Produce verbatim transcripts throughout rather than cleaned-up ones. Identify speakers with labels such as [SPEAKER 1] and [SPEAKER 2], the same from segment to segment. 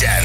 [SPEAKER 1] legyen.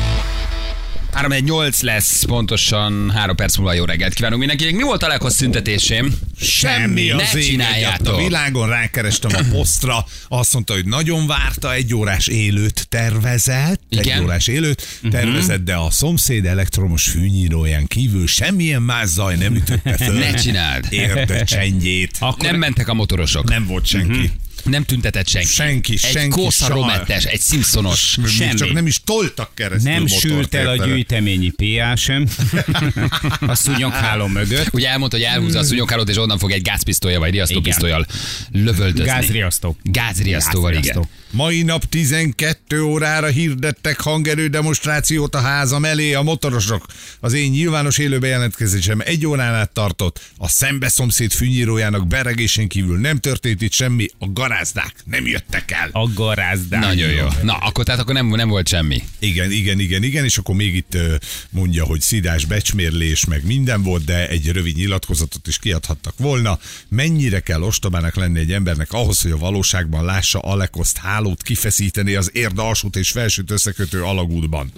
[SPEAKER 2] három egy nyolc lesz, pontosan három perc múlva jó reggelt kívánunk mindenkinek. Mi volt a leghosszú szüntetésém?
[SPEAKER 3] Semmi
[SPEAKER 2] Ne
[SPEAKER 3] az ég
[SPEAKER 2] csináljátok.
[SPEAKER 3] a világon, rákerestem a posztra, azt mondta, hogy nagyon várta, egy órás élőt tervezett,
[SPEAKER 2] Igen?
[SPEAKER 3] egy órás élőt tervezett, de a szomszéd elektromos fűnyíróján kívül semmilyen más zaj nem ütötte föl.
[SPEAKER 2] Ne csináld.
[SPEAKER 3] Érde csendjét.
[SPEAKER 2] Akkor nem mentek a motorosok.
[SPEAKER 3] Nem volt senki.
[SPEAKER 2] Uh-huh. Nem tüntetett senki.
[SPEAKER 3] Senki,
[SPEAKER 2] egy
[SPEAKER 3] senki,
[SPEAKER 2] Kósa
[SPEAKER 3] soha.
[SPEAKER 2] Romettes, egy Simpsonos.
[SPEAKER 3] Még
[SPEAKER 4] Semmi.
[SPEAKER 3] Csak nem is toltak keresztül
[SPEAKER 4] Nem
[SPEAKER 3] motort,
[SPEAKER 4] sült el a
[SPEAKER 3] érted?
[SPEAKER 4] gyűjteményi pé á sem a szúnyogháló mögött.
[SPEAKER 2] Ugye elmondta, hogy elhúzza a szúnyoghálót, és onnan fog egy gázpisztolya vagy riasztópisztolyal lövöldözni.
[SPEAKER 4] Gázriasztó.
[SPEAKER 2] Gázriasztóval, igen.
[SPEAKER 4] Gázriasztó.
[SPEAKER 3] Mai nap tizenkét órára hirdettek hangerő demonstrációt a házam elé a motorosok. Az én nyilvános élőbejelentkezésem egy órán át tartott. A szembeszomszéd fűnyírójának beregésén kívül nem történt itt semmi. A garázdák nem jöttek el.
[SPEAKER 4] A garázdák.
[SPEAKER 2] Nagyon jó. Na, akkor tehát akkor nem, nem volt semmi.
[SPEAKER 3] Igen, igen, igen, igen, és akkor még itt ö, mondja, hogy szidás, becsmérlés, meg minden volt, de egy rövid nyilatkozatot is kiadhattak volna. Mennyire kell ostobának lenni egy embernek ahhoz, hogy a valóságban lássa Alekoszt hálót kifeszíteni az érd alsót és felsőt összekötő alagútban.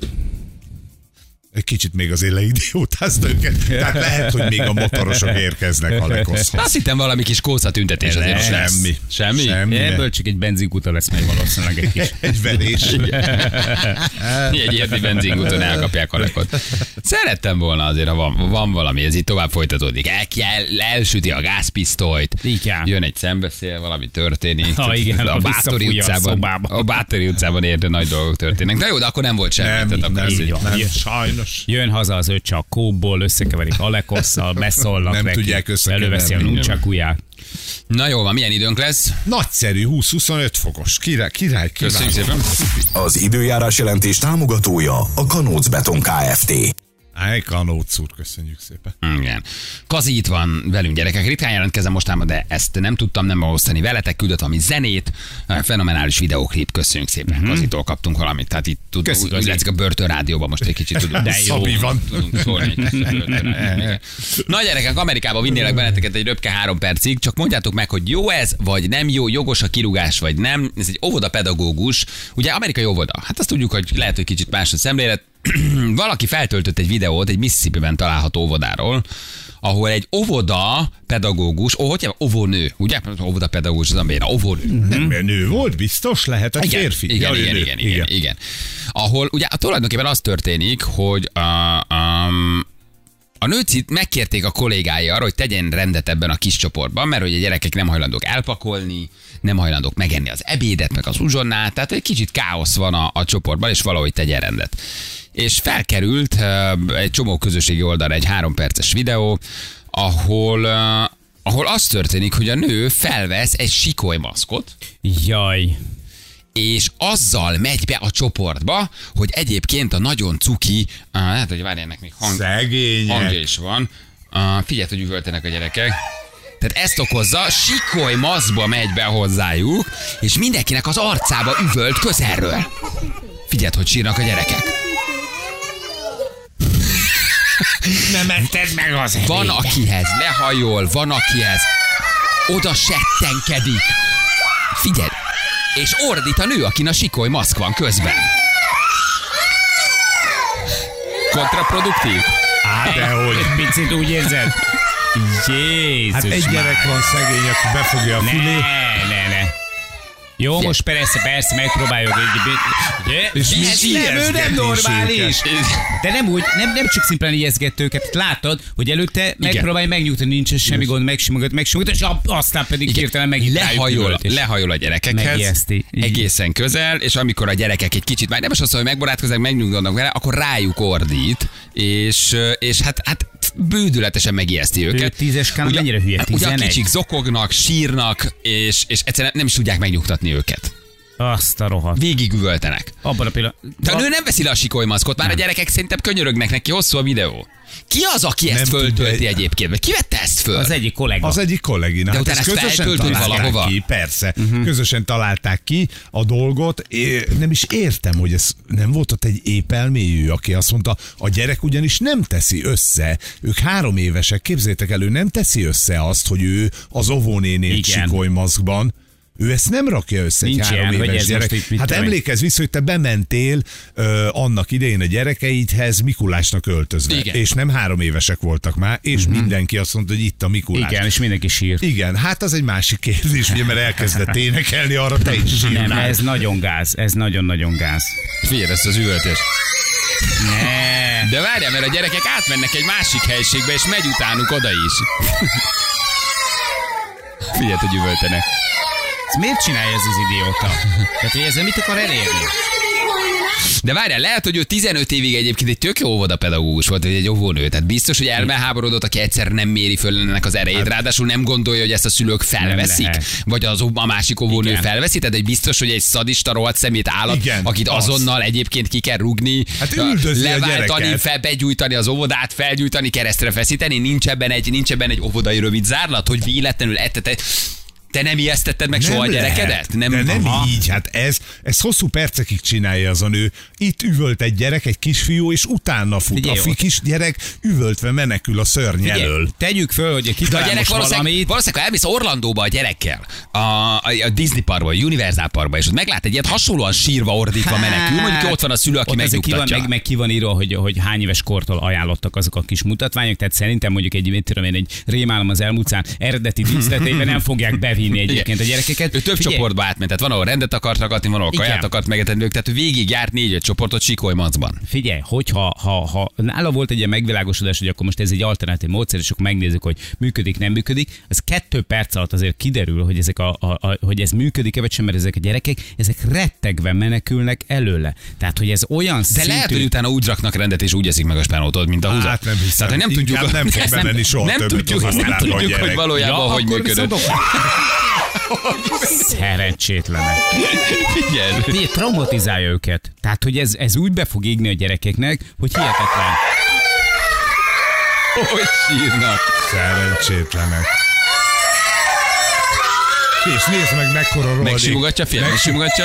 [SPEAKER 3] Egy kicsit még azért leidiótázta őket, tehát lehet, hogy még a motorosok érkeznek Alekoszhoz.
[SPEAKER 2] Azt hittem valami kis kóca tüntetés azért most lesz.
[SPEAKER 3] Semmi.
[SPEAKER 2] Semmi?
[SPEAKER 3] Semmi.
[SPEAKER 4] Ebből csak egy benzinkuta lesz meg valószínűleg egy kis.
[SPEAKER 3] Egy verés.
[SPEAKER 2] Egy érdi benzingúton elkapják a lekot. Szerettem volna azért, ha van, van valami, ez itt tovább folytatódik. El, el, elsüti a gázpisztolyt,
[SPEAKER 4] Igen.
[SPEAKER 2] jön egy szembeszél, valami történik.
[SPEAKER 4] Ha igen,
[SPEAKER 2] a
[SPEAKER 4] ha
[SPEAKER 2] Bátori
[SPEAKER 4] visszafújja a
[SPEAKER 2] utcában,
[SPEAKER 4] szobába.
[SPEAKER 2] a Bátori utcában érde nagy dolgok történnek. Na jó, de akkor nem volt semmi.
[SPEAKER 3] Nem,
[SPEAKER 2] tehát akkor
[SPEAKER 3] nem,
[SPEAKER 2] ez így-
[SPEAKER 4] van.
[SPEAKER 3] nem,
[SPEAKER 4] Jön.
[SPEAKER 3] sajnos.
[SPEAKER 4] Jön haza az öccse a kóból, összekeverik Alekosszal, beszólnak
[SPEAKER 3] Nem
[SPEAKER 4] neki,
[SPEAKER 3] tudják összekeverni.
[SPEAKER 4] előveszi a nuncsakuját.
[SPEAKER 2] Na jó van, milyen időnk lesz?
[SPEAKER 3] Nagyszerű, húsz-huszonöt fokos. Király, király,
[SPEAKER 2] Köszönjük
[SPEAKER 3] kiváló.
[SPEAKER 2] szépen.
[SPEAKER 1] Az időjárás jelentés támogatója a Kanóc Beton Kft.
[SPEAKER 3] Áj, Kanóc úr, köszönjük szépen.
[SPEAKER 2] Igen. Kazi itt van velünk, gyerekek. Ritkán jelentkezem mostában, de ezt nem tudtam nem osztani veletek. Küldött valami zenét, fenomenális videóklip. Köszönjük szépen. Mm-hmm. Kazitól kaptunk valamit. Tehát itt tud, úgy, úgy látszik a Börtönrádióban most egy kicsit tudunk.
[SPEAKER 4] De jó.
[SPEAKER 3] Szabi van.
[SPEAKER 2] Tudunk szólni. Na gyerekek, Amerikába vinnélek benneteket egy röpke három percig, csak mondjátok meg, hogy jó ez, vagy nem jó, jogos a kirúgás, vagy nem. Ez egy óvodapedagógus. Ugye amerikai óvoda. Hát azt tudjuk, hogy lehet, hogy kicsit más a szemlélet. Valaki feltöltött egy videót egy Mississippi-ben található óvodáról, ahol egy óvoda pedagógus, ó, hogy hívják? Óvónő, ugye? Óvoda pedagógus az amelyre, óvónő.
[SPEAKER 3] Nem, mert nő volt, biztos lehet a
[SPEAKER 2] Igen,
[SPEAKER 3] férfi.
[SPEAKER 2] igen,
[SPEAKER 3] Ja,
[SPEAKER 2] igen,
[SPEAKER 3] nő.
[SPEAKER 2] igen, igen, igen, igen. Ahol ugye tulajdonképpen az történik, hogy a, a, a nőcit megkérték a kollégái arra, hogy tegyen rendet ebben a kis csoportban, mert hogy a gyerekek nem hajlandók elpakolni, nem hajlandók megenni az ebédet, meg az uzsonnát, tehát egy kicsit káosz van a, a csoportban, és valahogy tegyen rendet. És felkerült uh, egy csomó közösségi oldalra egy három perces videó, ahol, uh, ahol az történik, hogy a nő felvesz egy sikolymaszkot,
[SPEAKER 4] Jaj.
[SPEAKER 2] és azzal megy be a csoportba, hogy egyébként a nagyon cuki, uh, lehet, hogy várj, ennek még hang,
[SPEAKER 3] Szegények.
[SPEAKER 2] hangja is van. Uh, figyelj, hogy üvöltenek a gyerekek. Tehát ezt okozza, sikoly maszkba megy be hozzájuk, és mindenkinek az arcába üvölt közelről. Figyeld, hogy sírnak a gyerekek.
[SPEAKER 4] Nem etted meg az ebédet.
[SPEAKER 2] Van akihez lehajol, van akihez oda settenkedik. Figyeld, és ordít a nő, akin a sikoly maszk van közben. Kontraproduktív?
[SPEAKER 4] Á, dehogy. Egy picit úgy érzed? Jézus
[SPEAKER 3] Hát egy gyerek van szegény, aki befogja a
[SPEAKER 4] Ne,
[SPEAKER 3] fülét.
[SPEAKER 4] ne, ne. Jó, most persze, persze, megpróbáljuk egy... Ugye?
[SPEAKER 3] És mi
[SPEAKER 4] Ez nem, ő nem
[SPEAKER 3] ijeszgetni
[SPEAKER 4] normális.
[SPEAKER 3] is
[SPEAKER 4] De nem úgy, nem, nem csak szimplán ijeszgett őket. Látod, hogy előtte megpróbálj megnyugtani, nincs semmi gond, megsimogat, megsimogat, és aztán pedig hirtelen meg
[SPEAKER 2] lehajol, lehajol a gyerekekhez,
[SPEAKER 4] megijeszti.
[SPEAKER 2] egészen közel, és amikor a gyerekek egy kicsit már nem is azt mondja, hogy megbarátkoznak, megnyugodnak vele, akkor rájuk ordít, és, és hát, hát bődületesen megijeszti őket.
[SPEAKER 4] Ő tízes skálán mennyire hülye?
[SPEAKER 2] Ugye a
[SPEAKER 4] tizenegy?
[SPEAKER 2] kicsik zokognak, sírnak, és, és egyszerűen nem is tudják megnyugtatni őket.
[SPEAKER 4] Azt a rohadt.
[SPEAKER 2] Végig üvöltenek.
[SPEAKER 4] Abban a pillanatban.
[SPEAKER 2] De a nő nem veszi le a sikolymaszkot, már nem. A gyerekek szerintem könyörögnek neki, hosszú a videó. Ki az, aki ezt
[SPEAKER 3] Nem
[SPEAKER 2] föltölti
[SPEAKER 3] tudja,
[SPEAKER 2] egyébként? Vagy ki vette ezt föl?
[SPEAKER 4] Az egyik kollega.
[SPEAKER 3] Az egyik kollégina.
[SPEAKER 2] De utána
[SPEAKER 3] ezt
[SPEAKER 2] ezt
[SPEAKER 3] közösen
[SPEAKER 2] feltöltött
[SPEAKER 3] találták
[SPEAKER 2] valahova?
[SPEAKER 3] ki, persze. Uh-huh. Közösen találták ki a dolgot. É, nem is értem, hogy ez nem volt ott egy épelmélyű, aki azt mondta, a gyerek ugyanis nem teszi össze. Ők három évesek, képzeljétek el, ő nem teszi össze azt, hogy ő az óvónénét
[SPEAKER 4] Igen.
[SPEAKER 3] sikolymaszkban. Ő ezt nem rakja össze egy
[SPEAKER 4] Nincs
[SPEAKER 3] három
[SPEAKER 4] ilyen, hogy
[SPEAKER 3] éves
[SPEAKER 4] ez
[SPEAKER 3] gyerek.
[SPEAKER 4] most itt mit
[SPEAKER 3] Hát
[SPEAKER 4] tudom én.
[SPEAKER 3] emlékezz vissza, hogy te bementél ö, annak idején a gyerekeidhez Mikulásnak öltözve.
[SPEAKER 2] Igen.
[SPEAKER 3] És nem három évesek voltak már, és mm-hmm. mindenki azt mondta, hogy itt a Mikulás.
[SPEAKER 4] Igen, és mindenki sírt.
[SPEAKER 3] Igen, hát az egy másik kérdés, ugye, mert elkezdett énekelni, arra te is sírnál.
[SPEAKER 4] Nem, ez nagyon gáz, ez nagyon-nagyon gáz.
[SPEAKER 2] Figyelj, ezt az üvöltés.
[SPEAKER 4] Ne.
[SPEAKER 2] De várjál, mert a gyerekek átmennek egy másik helységbe, és megy utánuk oda is. Figyelj, hogy üvöltenek.
[SPEAKER 4] Ez miért csinálja ez az idióta? Tehát, hogy ezzel mit akar elérni?
[SPEAKER 2] De várjál, lehet, hogy ő tizenöt évig egyébként egy tök jó óvodapedagógus volt, vagy egy óvónő. Tehát biztos, hogy elmeháborodott, aki egyszer nem méri föl ennek az erejét. Hát, ráadásul nem gondolja, hogy ezt a szülők felveszik, vagy az a másik óvónő
[SPEAKER 4] Igen.
[SPEAKER 2] felveszi. Tehát egy biztos, hogy egy szadista rohadt szemét állat,
[SPEAKER 3] Igen,
[SPEAKER 2] akit
[SPEAKER 3] az.
[SPEAKER 2] azonnal egyébként ki kell rugni,
[SPEAKER 3] Hát üldözi a
[SPEAKER 2] leváltani,
[SPEAKER 3] gyereket.
[SPEAKER 2] fel, begyújtani az óvodát, felgyújtani, keresztre feszíteni. Nincs ebben egy, nincs ebben egy óvodai rövid zárlat, hogy véletlenül ettete. Te nem ijesztetted meg soha a gyerekedet?
[SPEAKER 3] Lehet, nem, de nem
[SPEAKER 2] Aha.
[SPEAKER 3] így, hát ez, ez hosszú percekig csinálja az a nő. Itt üvölt egy gyerek, egy kisfiú, és utána fut.
[SPEAKER 4] Figyelj,
[SPEAKER 3] a fi
[SPEAKER 4] ott-
[SPEAKER 3] kis gyerek üvöltve menekül a szörny
[SPEAKER 4] Figyelj,
[SPEAKER 3] elől.
[SPEAKER 4] tegyük föl, hogy
[SPEAKER 2] De a
[SPEAKER 4] kitalál
[SPEAKER 2] gyerek
[SPEAKER 4] most
[SPEAKER 2] valószínűleg,
[SPEAKER 4] valamit.
[SPEAKER 2] valószínűleg, ha elmész Orlandóba a gyerekkel, a, a, a Disney parkba, a Universal parkba, és ott meglát egy ilyet hasonlóan sírva, ordítva menekül, mondjuk ott van a szülő, aki
[SPEAKER 4] ott ezek ki van,
[SPEAKER 2] megnyugtatja.
[SPEAKER 4] meg, meg ki van írva, hogy, hogy hány éves kortól ajánlottak azok a kis mutatványok, tehát szerintem mondjuk egy, mit tudom én, egy rémálom az elmúcán eredeti díszletében nem fogják bevinni egyébként a gyerekeket.
[SPEAKER 2] Ő több
[SPEAKER 4] Figyelj,
[SPEAKER 2] csoportba átment, tehát van, ahol rendet akart rakatni, van, ahol
[SPEAKER 4] Igen.
[SPEAKER 2] kaját akart megetetni ők, tehát ő végig járt négy-öt csoportot Sikolymacban.
[SPEAKER 4] Figyelj, hogyha ha, ha nála volt egy ilyen megvilágosodás, hogy akkor most ez egy alternatív módszer, és akkor megnézzük, hogy működik, nem működik, az kettő perc alatt azért kiderül, hogy, ezek a, a, a, hogy ez működik-e, vagy sem, mert ezek a gyerekek, ezek rettegve menekülnek előle. Tehát, hogy ez olyan
[SPEAKER 2] De
[SPEAKER 4] szintű...
[SPEAKER 2] lehet, hogy utána úgy raknak rendet, és úgy eszik meg a spánótod, mint a húzat.
[SPEAKER 3] Hát nem hiszem.
[SPEAKER 2] Tehát, hogy nem
[SPEAKER 3] Inkább
[SPEAKER 2] tudjuk,
[SPEAKER 3] nem fog
[SPEAKER 2] ezt
[SPEAKER 3] bemenni soha
[SPEAKER 2] nem
[SPEAKER 3] többet
[SPEAKER 2] tudjuk,
[SPEAKER 3] az
[SPEAKER 2] azt nem
[SPEAKER 3] óvodába a
[SPEAKER 2] tudjuk, hogy
[SPEAKER 3] gyerek.
[SPEAKER 2] valójában
[SPEAKER 4] Ja,
[SPEAKER 2] hogy
[SPEAKER 4] akkor
[SPEAKER 2] működött.
[SPEAKER 4] szadok. Szerencsétlenek.
[SPEAKER 2] Figyelj.
[SPEAKER 4] Figyelj, traumatizálja őket. Tehát, hogy ez, ez úgy be fog égni a gyerekeknek, hogy hihetetlen.
[SPEAKER 2] Hogy sírnak.
[SPEAKER 3] Szerencsétlenek. És nézd meg, mekkora rohadék.
[SPEAKER 2] Megsimogatja, fél, megsimogatja.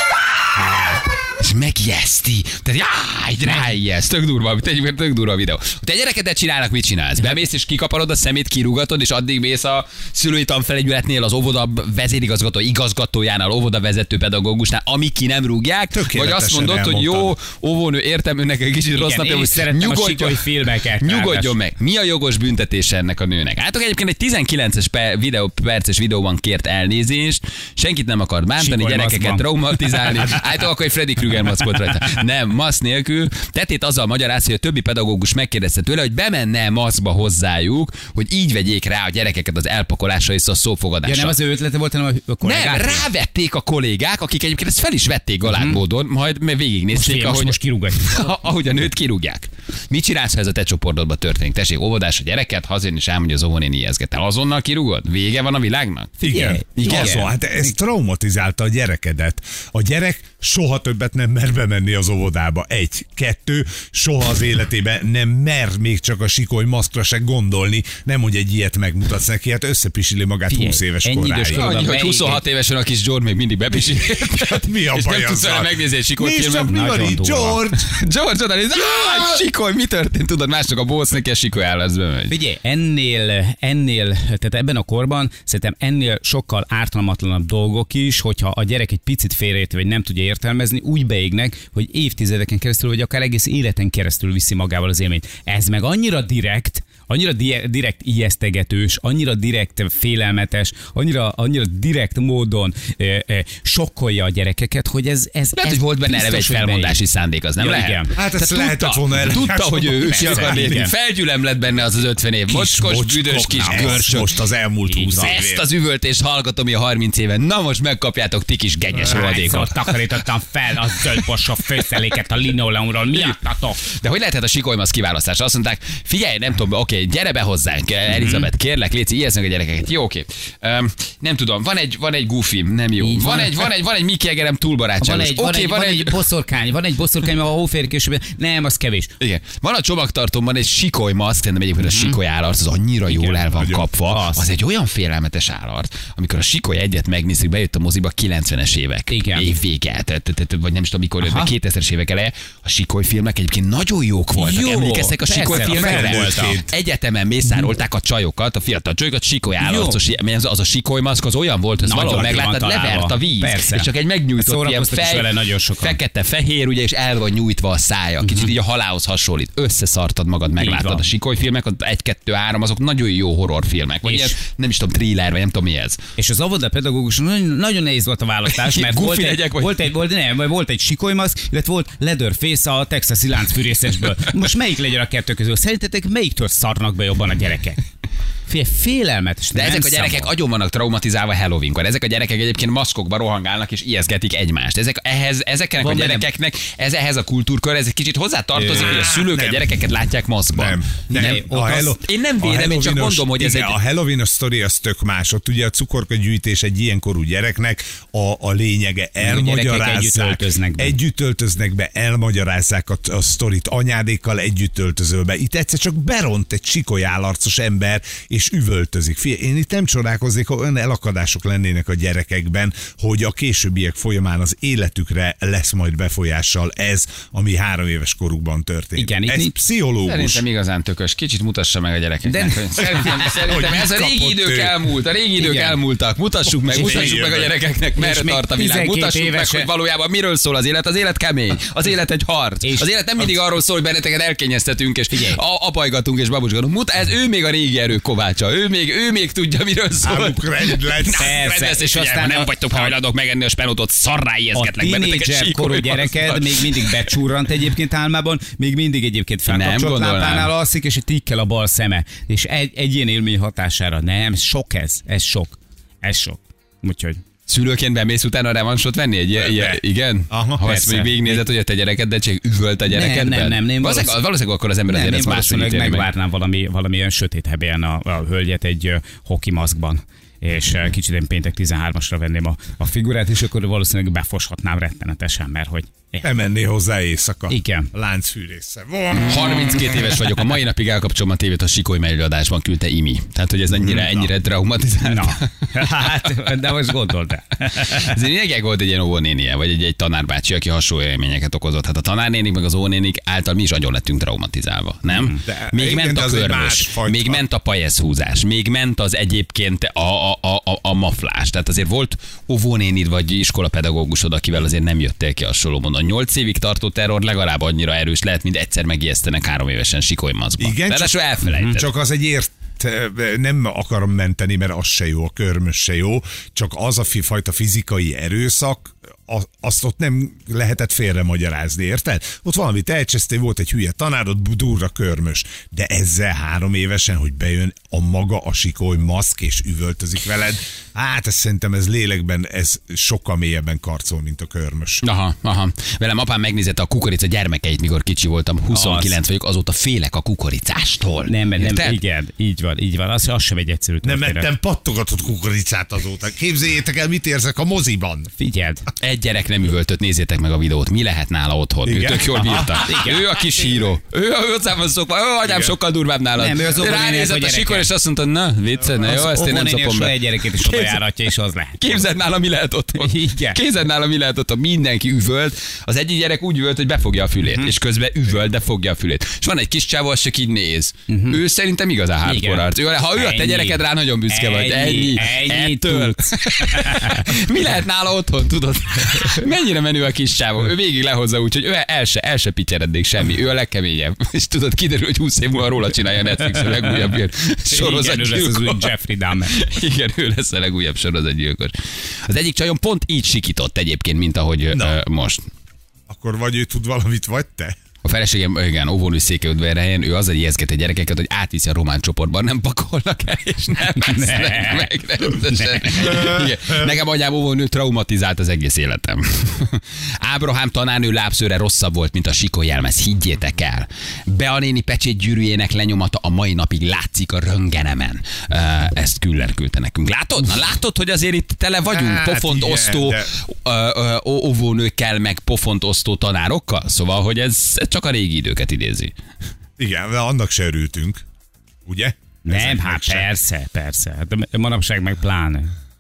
[SPEAKER 2] És megijeszti. Tehát jáj, ráijeszt. Tök durva, egyébként tök durva a videó. Te gyerekedet csinálnak, mit csinálsz? Bemész és kikaparod a szemét, kirúgatod, és addig mész a szülői tanfelügyeletnél, az óvoda vezérigazgató igazgatójánál, óvoda vezető pedagógusnál, amíg ki nem rúgják, vagy azt
[SPEAKER 3] Tökéletesen
[SPEAKER 2] mondod, hogy jó,
[SPEAKER 3] elmondtad.
[SPEAKER 2] óvónő, értem, önnek egy kicsit rossz
[SPEAKER 4] Igen,
[SPEAKER 2] napja,
[SPEAKER 4] én
[SPEAKER 2] hogy
[SPEAKER 4] is szerettem a
[SPEAKER 2] nyugodjon,
[SPEAKER 4] Sikoly filmeket.
[SPEAKER 2] nyugodjon meg. Mi a jogos büntetése ennek a nőnek? Hát egyébként egy tizenkilences pe- videó, perces videóban kért elnézést, senkit nem akar bántani,
[SPEAKER 4] Sikoly
[SPEAKER 2] gyerekeket
[SPEAKER 4] maszkban.
[SPEAKER 2] traumatizálni. Hát akkor egy Freddy Krueger maszkot rajta. Nem, maszk nélkül. Tetét azzal magyaráz, hogy a többi pedagógus megkérdezte tőle, hogy bemenne maszkba hozzájuk, hogy így vegyék rá a gyerekeket az elpakolásra és a szófogadásra.
[SPEAKER 4] Ja, nem az ő ötlete volt, hanem a
[SPEAKER 2] nem,
[SPEAKER 4] kollégák.
[SPEAKER 2] rávették a kollégák, akik egyébként ezt fel is vették galát módon, majd
[SPEAKER 4] Most,
[SPEAKER 2] végignézték,
[SPEAKER 4] most,
[SPEAKER 2] ahogy,
[SPEAKER 4] most kirúgatjuk.
[SPEAKER 2] ahogy a nőt kirúgják. Mit csinálsz, ha ez a te csoportodban történik? Tessék, óvodás a gyereket, hazajön és elmondja, az óvónéni ijeszget. Te azonnal kirúgod? Vége van a világnak?
[SPEAKER 3] Igen,
[SPEAKER 2] Igen.
[SPEAKER 3] azon, hát ez traumatizálta a gyerekedet. A gyerek soha többet nem mer bemenni az óvodába. Egy, kettő, soha az életében nem mer még csak a Sikoly maszkra se gondolni. Nem, hogy egy ilyet megmutatsz neki, hát összepisili magát
[SPEAKER 4] Figyelj,
[SPEAKER 3] húsz éves
[SPEAKER 4] ennyi idős
[SPEAKER 3] koráig.
[SPEAKER 4] korod-
[SPEAKER 2] Annyi, hogy
[SPEAKER 4] melyik-
[SPEAKER 2] huszonhat évesen a kis George még mindig bepisíl.
[SPEAKER 3] Mi a
[SPEAKER 2] És
[SPEAKER 3] baj
[SPEAKER 2] nem tudsz vele
[SPEAKER 3] azzal?
[SPEAKER 2] megnézni egy Sikoly
[SPEAKER 3] Nézd
[SPEAKER 2] filmet.
[SPEAKER 3] csak, mi van
[SPEAKER 4] Nagyon
[SPEAKER 3] itt,
[SPEAKER 4] durva.
[SPEAKER 3] George?
[SPEAKER 2] George oda néz, "Áh, Sikoly, mi történt? Tudod, másnak a boss neki a Sikoly állatba megy.
[SPEAKER 4] Figyelj, ennél, ennél, tehát ebben a korban szerintem ennél sokkal ártalmatlanabb dolgok is, hogyha a gyerek egy picit félreérti, vagy nem tudja értelmezni, úgy beégnek, hogy évtizedeken keresztül, vagy akár egész életen keresztül viszi magával az élményt. Ez meg annyira direkt, annyira di- direkt ijesztegetős, annyira direkt félelmetes, annyira, annyira direkt módon e, e, sokkolja a gyerekeket, hogy ez... ez
[SPEAKER 2] Lehet,
[SPEAKER 4] ez
[SPEAKER 2] hogy volt benne eleve egy
[SPEAKER 4] biztos, hogy
[SPEAKER 2] felmondási
[SPEAKER 4] beég.
[SPEAKER 2] szándék, az nem
[SPEAKER 4] Ja,
[SPEAKER 2] lehet?
[SPEAKER 4] igen.
[SPEAKER 3] Hát ezt
[SPEAKER 2] Tehát
[SPEAKER 3] lehetett volna el-
[SPEAKER 2] Tudta, hogy ő, ő ki
[SPEAKER 4] Persze,
[SPEAKER 2] akar lépni.
[SPEAKER 4] igen.
[SPEAKER 2] Felgyülem lett benne az az ötven év. Mocskos, büdös kis
[SPEAKER 3] mocskok,
[SPEAKER 2] görsök.
[SPEAKER 3] most az elmúlt
[SPEAKER 4] Így
[SPEAKER 3] húsz
[SPEAKER 4] van.
[SPEAKER 3] évén.
[SPEAKER 2] Ezt az üvöltést hallgatom a harminc éven. Na most megkapjátok ti kis genyes rohadékot.
[SPEAKER 4] Hányszor takarítottam fel a zöldborsó főszeléket a linoleumról, miattatok?
[SPEAKER 2] De hogy lehetett a Sikolymasz kiválasztása? Azt mondták, figyelj, nem tudom, oké, gyere be hozzánk, Elizabeth, kérlek, léci, ijeszd meg a gyerekeket. Jó, oké. Um, nem tudom, van egy, van egy Goofy, nem jó.
[SPEAKER 4] Így
[SPEAKER 2] Van
[SPEAKER 4] van.
[SPEAKER 2] egy, van egy, van egy Mickey Egerem túl
[SPEAKER 4] Van
[SPEAKER 2] barátságos.
[SPEAKER 4] egy, van,
[SPEAKER 2] Oké,
[SPEAKER 4] egy, van, egy boszorkány, van egy boszorkány, a hóférkésben. Nem, az kevés.
[SPEAKER 2] Igen. Van a csomagtartómban egy Sikoly maszk, szerintem egyébként a Sikoly állarc az annyira jól el van
[SPEAKER 3] nagyon.
[SPEAKER 2] kapva.
[SPEAKER 4] Az.
[SPEAKER 2] Az egy olyan félelmetes állarc, amikor a Sikoly egyet megnézzük, bejött a moziba kilencvenes évek.
[SPEAKER 4] Igen.
[SPEAKER 2] Év vége, tehát- tehát- vagy nem is tudom mikor jött,
[SPEAKER 4] Aha.
[SPEAKER 2] de kétezres évek eleje. A Sikoly filmek egyébként nagyon jók voltak.
[SPEAKER 4] Jó,
[SPEAKER 2] Emlékeztek a
[SPEAKER 4] persze,
[SPEAKER 2] Sikoly
[SPEAKER 4] a
[SPEAKER 2] filmekre?
[SPEAKER 3] felnőttként.
[SPEAKER 2] Egyébként egyetemen mészárolták a csajokat, a fiatal csajokat, sikoly állarcos, az, az a sikolymaszk az olyan volt, hogy valahol megláttad, levert a víz,
[SPEAKER 4] persze.
[SPEAKER 2] és csak egy megnyújtott ilyen fej, fekete-fehér, ugye, és el van nyújtva a szája, kicsit uh-huh. így a halálhoz hasonlít. Összeszartad magad, megláttad a sikolyfilmek, egy, kettő, három, azok nagyon jó horrorfilmek, vagy ilyen, nem is tudom, thriller, vagy nem tudom mi ez.
[SPEAKER 4] És az óvoda pedagógus nagyon, nagyon nehéz volt a választás, mert volt egy, legyek, volt, egy, volt, nem, volt egy sikolymaszk, illetve volt Leatherface a texasi láncfűrészesből. Most melyik legyen a kettő közül? Szerintetek melyiktől szarnak be jobban a gyerekek? Fél, félelmetes.
[SPEAKER 2] De ezek a gyerekek szabad. Agyon vannak traumatizálva Halloweenkor. Ezek a gyerekek egyébként maszkokba rohangálnak és ijeszgetik egymást. Ezek, ehhez, ezeknek van a gyerekeknek, ez ehhez a kultúrkör, ez egy kicsit hozzátartozik, hogy a szülők nem. a gyerekeket látják maszkban.
[SPEAKER 3] Nem. nem. nem.
[SPEAKER 2] A Hello... Én nem védem, én csak mondom, hogy ez
[SPEAKER 3] igen,
[SPEAKER 2] egy...
[SPEAKER 3] A Halloween-os sztori az tök más. Ott ugye a cukorkagyűjtés egy ilyen korú gyereknek a, a lényege elmagyarázzák.
[SPEAKER 4] Együtt öltöznek be.
[SPEAKER 3] Együtt öltöznek be, elmagyarázzák a, a sztorit, anyádékkal együtt öltözöl be. Itt egyszer csak beront egy sikolyállarcos ember, és üvöltözik. Fie, én itt nem csodálkoznék, ha olyan elakadások lennének a gyerekekben, hogy a későbbiek folyamán az életükre lesz majd befolyással ez, ami három éves korukban történik.
[SPEAKER 4] Igen,
[SPEAKER 3] ez
[SPEAKER 4] itt
[SPEAKER 3] pszichológus.
[SPEAKER 2] Szerintem igazán tökös. Kicsit mutassa meg a gyerekeknek. De... Szerintem, szerintem ez a régi idők ő. elmúlt. A régi idők igen. elmúltak. Mutassuk meg, mutassuk meg a gyerekeknek, merre tart a világ. Mutassuk évese... meg, hogy valójában miről szól az élet. Az élet kemény. Az élet egy harc. És az élet nem mindig arról szól, hogy benneteket elkényeztetünk és apajgatunk és babusgatunk. Ez ő még a régi erők kovácsa. Ő még, ő még tudja, miről szól.
[SPEAKER 3] Rend lesz.
[SPEAKER 2] Persze, és, és aztán nem vagytok hajlandók megenni a spenótot, szarrá ijeszgetlek benneteket.
[SPEAKER 4] A tínédzser korú gyereked még mindig becsúrrant egyébként álmában, még mindig egyébként felkapcsolt lámpánál alszik, és egy tikkel a bal szeme. És egy, egy ilyen élmény hatására. Nem, sok ez. Ez sok. Ez sok. Úgyhogy...
[SPEAKER 2] Szülőként bemész utána a revansot venni? Egy ilyen, ilyen, igen?
[SPEAKER 3] Aha,
[SPEAKER 2] ha ezt még végignézed, hogy a te gyereked, de csak üvölt a gyerekedben?
[SPEAKER 4] Nem, nem, nem. nem
[SPEAKER 2] valószínűleg, valószínűleg akkor az ember azért ezt máshogy ítéli meg.
[SPEAKER 4] Megvárnám valami, valamilyen sötét hebélyen a, a hölgyet egy uh, hoki maszkban. És uh, kicsit én péntek tizenhármasra venném a, a figurát, és akkor valószínűleg befoshatnám rettenetesen, mert hogy...
[SPEAKER 3] Nem menné hozzá éjszaka.
[SPEAKER 4] Igen.
[SPEAKER 3] Láncfűrésze.
[SPEAKER 2] harminckét éves vagyok, a mai napig elkapcsolom a tévét, a Sikoly melléadásban küldte Imi. Tehát, hogy ez ennyire, ennyire traumatizált.
[SPEAKER 4] Na, hát, de most gondold el.
[SPEAKER 2] Ez egy volt egy ilyen óvónénie, vagy egy, egy tanárbácsi, aki hasonló élményeket okozott. Hát a tanárnénik, meg az óvónénik által mi is agyon lettünk traumatizálva, nem? De még igen, ment a körmös, még ment a pajeszhúzás, még ment az egyébként a, a, a, a, a maflás. Tehát azért volt óvónénid, vagy iskolapedagógusod, akivel azért nem jöttél ki hasonló módon. Nyolc évig tartó terror legalább annyira erős lehet, mint egyszer megijesztenek három évesen sikolymaszkba.
[SPEAKER 3] Igen,
[SPEAKER 2] csak, elfelejted.
[SPEAKER 3] Csak az egy ért nem akarom menteni, mert az se jó, a körmös se jó, csak az a fajta fizikai erőszak, azt ott nem lehetett félre magyarázni, érted? Ott valamit elcsesztél, volt egy hülye tanárod, durra körmös, de ezzel három évesen, hogy bejön a maga a sikoly maszk és üvöltözik veled, hát ez szerintem ez lélekben, ez sokkal mélyebben karcol, mint a körmös.
[SPEAKER 2] Aha, aha. Velem apám megnézette a kukorica gyermekeit, mikor kicsi voltam, huszonkilenc az. vagyok, azóta félek a kukoricástól.
[SPEAKER 4] Nem, nem, nem, igen, így van, így van, az, az sem egy egyszerű
[SPEAKER 3] történet. Nem ettem pattogatott kukoricát azóta. Képzeljétek el, mit érzek a moziban.
[SPEAKER 4] Figyeld.
[SPEAKER 2] Egy gyerek nem üvöltött, nézzétek meg a videót. Mi lehet nála otthon? Igen? Ő tök jól bírta. Aha, ő a kis híró. Ő a hozzám van szokva. Ő anyám sokkal durvább nálad. Nem, ő az ránézett a sikor, és azt mondta, na, vicced, na jó, ezt én nem szopom be.
[SPEAKER 4] Egy gyerekét is oda járatja, és az lehet.
[SPEAKER 2] Képzeld nála, mi lehet otthon. Képzeld nála, mi lehet otthon. Mindenki üvölt. Az egyik gyerek úgy üvölt, hogy befogja a fülét, és közben üvölt, de fogja a fülét. És van egy kis csávó, az csak így néz. Ő szerintem igazán hardcore arc. Ha ő a te gyereked, rá nagyon büszke vagy. Ennyi. Ettől. Mi lehet nála otthon, tudod? Mennyire menő a kis csávó. Ő végig lehozza úgy, hogy ő el se, el se pityerednék semmi. Ő a legkeményebb. És tudod, kiderül, hogy húsz év múlva róla csinálja Netflix a legújabb ilyen sorozatgyilkos.
[SPEAKER 4] Jeffrey Dahmer.
[SPEAKER 2] Igen, ő lesz a legújabb sorozatgyilkos. Az egyik csajom pont így sikított egyébként, mint ahogy uh, most.
[SPEAKER 3] Akkor vagy ő tud valamit, vagy te?
[SPEAKER 2] A feleségem, igen, óvónő Székelyudvarhelyen, ő azzal ijesztgeti a gyerekeket, hogy átviszi a román csoportban, nem pakolnak el, és nem esznek meg rendesen. Ne. Nekem anyám óvónő traumatizált az egész életem. Ábrahám tanárnő lábszőre rosszabb volt, mint a sikolyjelmez, higgyétek el. Bea néni pecsétgyűrűjének lenyomata a mai napig látszik a röntgenemen. Ezt Küller küldte nekünk. Látod? Na látod, hogy azért itt tele vagyunk hát, pofont igen, osztó de... óvónőkkel, meg pofont osztó tanárokkal? Szóval, hogy ez csak a régi időket idézi.
[SPEAKER 3] Igen, de annak se örültünk, ugye?
[SPEAKER 4] Nem, Ezek hát persze, sem. persze. Hát manapság meg pláne.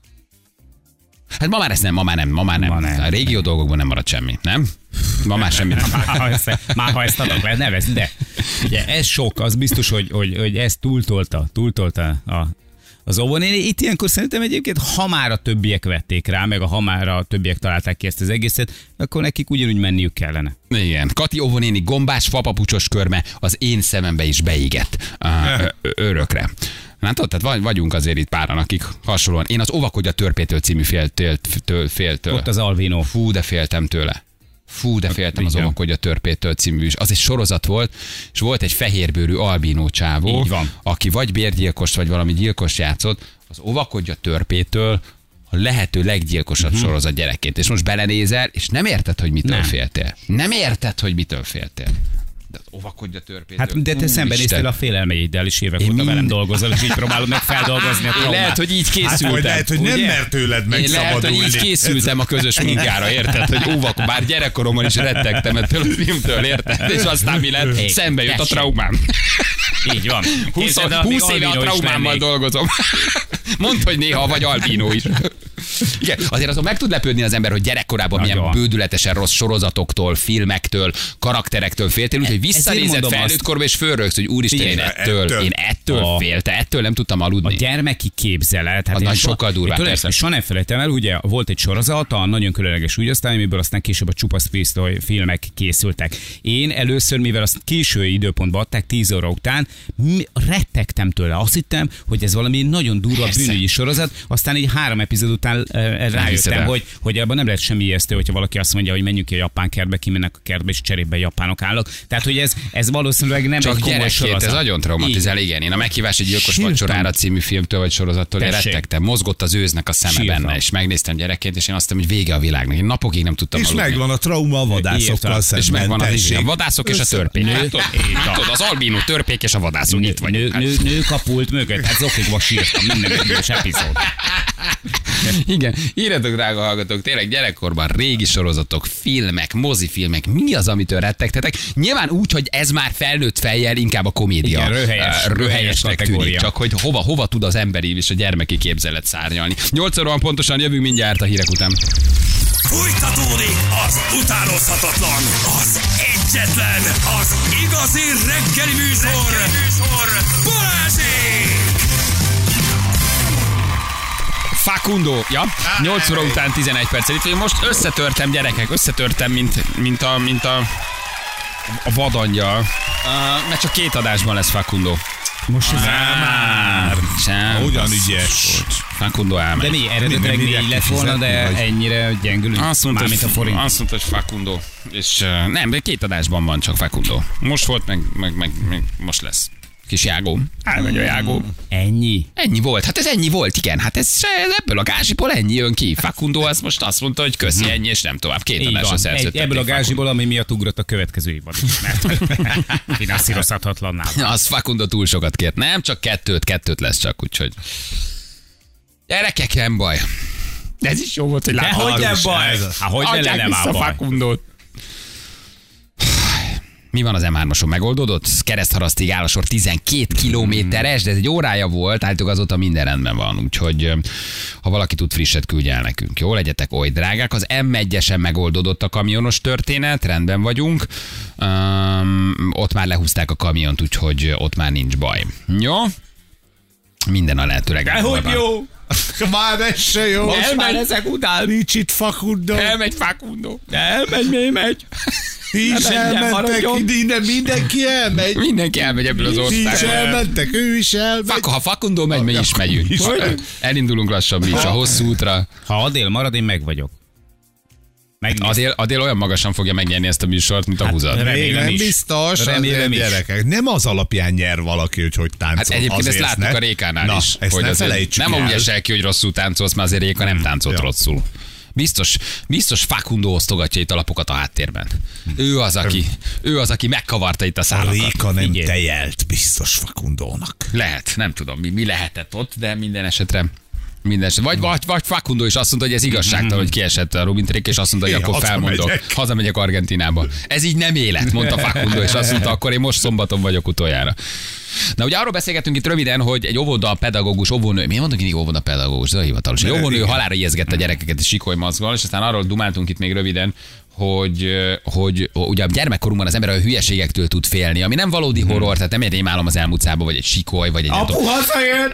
[SPEAKER 2] Hát ma már ezt nem, ma már nem, ma már nem. Ma nem. A régió dolgokban nem marad semmi, nem? Ma már semmit.
[SPEAKER 4] Már ha ezt adok, nevezd, de. Ugye, ez sok, az biztos, hogy, hogy, hogy ez túltolta, túltolta a, az óvónéni. Itt ilyenkor szerintem egyébként, ha már a többiek vették rá, meg a ha már a többiek találták ki ezt az egészet, akkor nekik ugyanúgy menniük kellene.
[SPEAKER 2] Igen. Kati óvónéni gombás, fapapucsos körme az én szemembe is beégett. Uh, örökre. Látod, tehát vagyunk azért itt páran, akik hasonlóan. Én az Óvakodj a törpétől című féltől, féltől.
[SPEAKER 4] Ott az Albino.
[SPEAKER 2] Fú, de féltem tőle. Fú, de féltem az Óvakodj a törpétől című is. Az egy sorozat volt, és volt egy fehérbőrű albínó csávó, aki vagy bérgyilkos, vagy valami gyilkos játszott. Az Óvakodj a törpétől a lehető leggyilkosabb uh-huh. sorozat gyerekként. És most belenézel, és nem érted, hogy mitől nem. féltél. Nem érted, hogy mitől féltél. De az Óvakodj a törpétől.
[SPEAKER 4] Hát de te szembenéztél a félelmeiddel, és évek óta mind... velem dolgozol, és így próbálod meg feldolgozni a traumát.
[SPEAKER 2] Lehet, hogy így készültem. Hát,
[SPEAKER 3] lehet, hogy nem mert tőled megszabadulni.
[SPEAKER 2] Én lehet, hogy így készültem a közös munkára, érted? Hogy óvak, bár gyerekkoromban is rettegtem ettől a filmtől, érted? És aztán mi lett? Hey, szembe jött a traumám.
[SPEAKER 4] Így van.
[SPEAKER 2] húsz éve a traumámmal dolgozom. Mondd, hogy néha vagy albínó is. Igen, azért azon meg tud lepődni az ember, hogy gyerekkorában nagyon milyen bődületesen rossz sorozatoktól, filmektől, karakterektől féltél, úgyhogy visszanézett felnőtt korba, és fölrögsz, hogy úristen, én ettől, ettől. én ettől a, féltem, ettől nem tudtam aludni.
[SPEAKER 4] A gyermeki képzelet. Hát
[SPEAKER 2] a nagy sokkal durvább,
[SPEAKER 4] persze. Soha nem felejtem el, ugye volt egy sorozat, a nagyon különleges ügyosztály, amiből aztán később a csupasz pisztoly filmek készültek. Én először, mivel azt késői időpontban adták, tíz óra után, rettegtem tőle. Azt hittem, hogy ez valami nagyon durva bűnügyi sorozat, aztán így három epizód után uh, rájöttem, hogy, hogy ebben nem lehet semmi ijesztő, hogyha valaki azt mondja, hogy menjünk ki a japán kertbe, kimennek a kertbe, és cserébe japánok állnak. Tehát, hogy ez, ez valószínűleg nem
[SPEAKER 2] csak
[SPEAKER 4] egy komoly sorozat.
[SPEAKER 2] Ez nagyon traumatizál, igen. Én a Meghívás egy gyilkos vacsorára című filmtől vagy sorozattól én rettegtem. Mozgott az őznek a szeme Sírtam. benne, és megnéztem gyerekként, és én azt mondtam, hogy vége a világnak. Én napokig nem tudtam
[SPEAKER 3] és aludni. És megvan a trauma a vadászokkal szemben.
[SPEAKER 2] És megvan az a vadászok és a törpék. Tudod, az albínó törpék és a vadászok itt vagy.
[SPEAKER 4] Nők a pult mögött, hát zokigva sírtam minden egyes epizód.
[SPEAKER 2] Igen, írjatok, drága hallgatók, tényleg gyerekkorban régi sorozatok, filmek, mozifilmek, mi az, amitől rettegtetek? Nyilván úgy, hogy ez már felnőtt fejjel inkább a komédia.
[SPEAKER 4] Igen, röhelyes,
[SPEAKER 2] uh, röhelyesnek tűnik, csak hogy hova, hova tud az emberi és a gyermeki képzelet szárnyalni. nyolc óra van pontosan, jövünk mindjárt a hírek után.
[SPEAKER 1] Fújtatódik az utánozhatatlan, az egyetlen, az igazi reggeli műsor, reggeli műsor. Balázsék!
[SPEAKER 2] Facundo, ja, nyolc óra után tizenegy perccel. Itt vagyok, most összetörtem, gyerekek, összetörtem, mint, mint a, mint a, a vadangyal, uh, mert csak két adásban lesz Facundo.
[SPEAKER 4] Most ez
[SPEAKER 2] már sem.
[SPEAKER 3] Ugyan ügyes.
[SPEAKER 2] Facundo elmegy.
[SPEAKER 4] De mi eredetileg négy lett volna, de ennyire gyengülünk.
[SPEAKER 2] Azt mondta,
[SPEAKER 4] már, mint a forint.
[SPEAKER 2] Azt mondta, hogy Facundo. És uh, nem, de két adásban van csak Facundo. Most volt, meg, meg, meg, meg most lesz. Kis Jágó. Elmegy a Jágó.
[SPEAKER 4] Ennyi?
[SPEAKER 2] Ennyi volt. Hát ez ennyi volt, igen. Hát ez ebből a gázsiból ennyi jön ki. Facundo az most azt mondta, hogy köszi, ennyi, és nem tovább. Két adásra szerződtették.
[SPEAKER 4] Ebből a gázsiból, ami miatt ugrott a következő évban is. Mert finanszírozhatatlanná.
[SPEAKER 2] Az Facundo túl sokat kért. Nem, csak kettőt, kettőt lesz csak, úgyhogy. Gyerekek, nem baj. De ez is jó volt, hogy
[SPEAKER 4] látható. De hogy nem baj? Hát hogy ne lenne már baj?
[SPEAKER 2] Facundót. Mi van az em hármason? Megoldódott? Keresztharasztig áll a sor tizenkét kilométeres, de ez egy órája volt, állítólag azóta minden rendben van, úgyhogy ha valaki tud frisset, küldje el nekünk. Jó, legyetek oly drágák. Az em egyesen megoldódott a kamionos történet, rendben vagyunk. Um, ott már lehúzták a kamiont, úgyhogy ott már nincs baj. Jó? Minden a lehető legjobban.
[SPEAKER 3] Hogy jó! Már ez se jó.
[SPEAKER 4] Most elmegy ezek után.
[SPEAKER 3] Nincs itt Facundo.
[SPEAKER 2] Elmegy Facundo.
[SPEAKER 4] Elmegy, mi megy?
[SPEAKER 3] Ti is elmentek, innen mindenki elmegy.
[SPEAKER 2] Mindenki elmegy ebből az országból.
[SPEAKER 3] Ti is elmentek, ő is elmegy.
[SPEAKER 2] Ha Facundo megy, mi is megyünk. Elindulunk lassan mi is a hosszú útra.
[SPEAKER 4] Ha Adél marad, én meg vagyok.
[SPEAKER 2] Adél, Adél olyan magasan fogja megnyerni ezt a műsort, mint a húzat.
[SPEAKER 3] Hát, nem is. biztos, remélem is. Gyerekek. Nem az alapján nyer valaki, hogy hogy táncol.
[SPEAKER 2] Hát egyébként ezt láttuk a Rékánál
[SPEAKER 3] Na,
[SPEAKER 2] is.
[SPEAKER 3] Ezt
[SPEAKER 2] hogy
[SPEAKER 3] nem
[SPEAKER 2] nem úgy esel ki, hogy rosszul táncolsz, mert azért Réka nem táncolt ja. rosszul. Biztos, biztos Facundo osztogatja itt a lapokat a háttérben. Ő az, aki, ő az, aki megkavarta itt a szálakat.
[SPEAKER 3] A Réka nem Igen. tejelt biztos Facundónak.
[SPEAKER 2] Lehet, nem tudom, mi, mi lehetett ott, de minden esetre Minden vagy, vagy, vagy Facundo is azt mondta, hogy ez igazságtalan, hogy kiesett a Rubin Trék, és azt mondta, hogy én akkor felmondok. Megyek. Hazamegyek Argentinába. Ez így nem élet, mondta Facundo, és azt mondta, akkor én most szombaton vagyok utoljára. Na ugye arról beszélgettünk itt röviden, hogy egy óvoda pedagógus, óvónő, mi mondunk mindig óvoda pedagógus, de hivatalos. Egy óvónő halálra ijeszgette a gyerekeket és sikoly mozgal, és aztán arról dumáltunk itt még röviden, hogy, hogy ugye a gyermekkorunkban az ember a hülyeségektől tud félni, ami nem valódi horror, tehát nem egy rémálom az elmúcába, vagy egy sikoly, vagy egy...
[SPEAKER 4] Apu hazajön!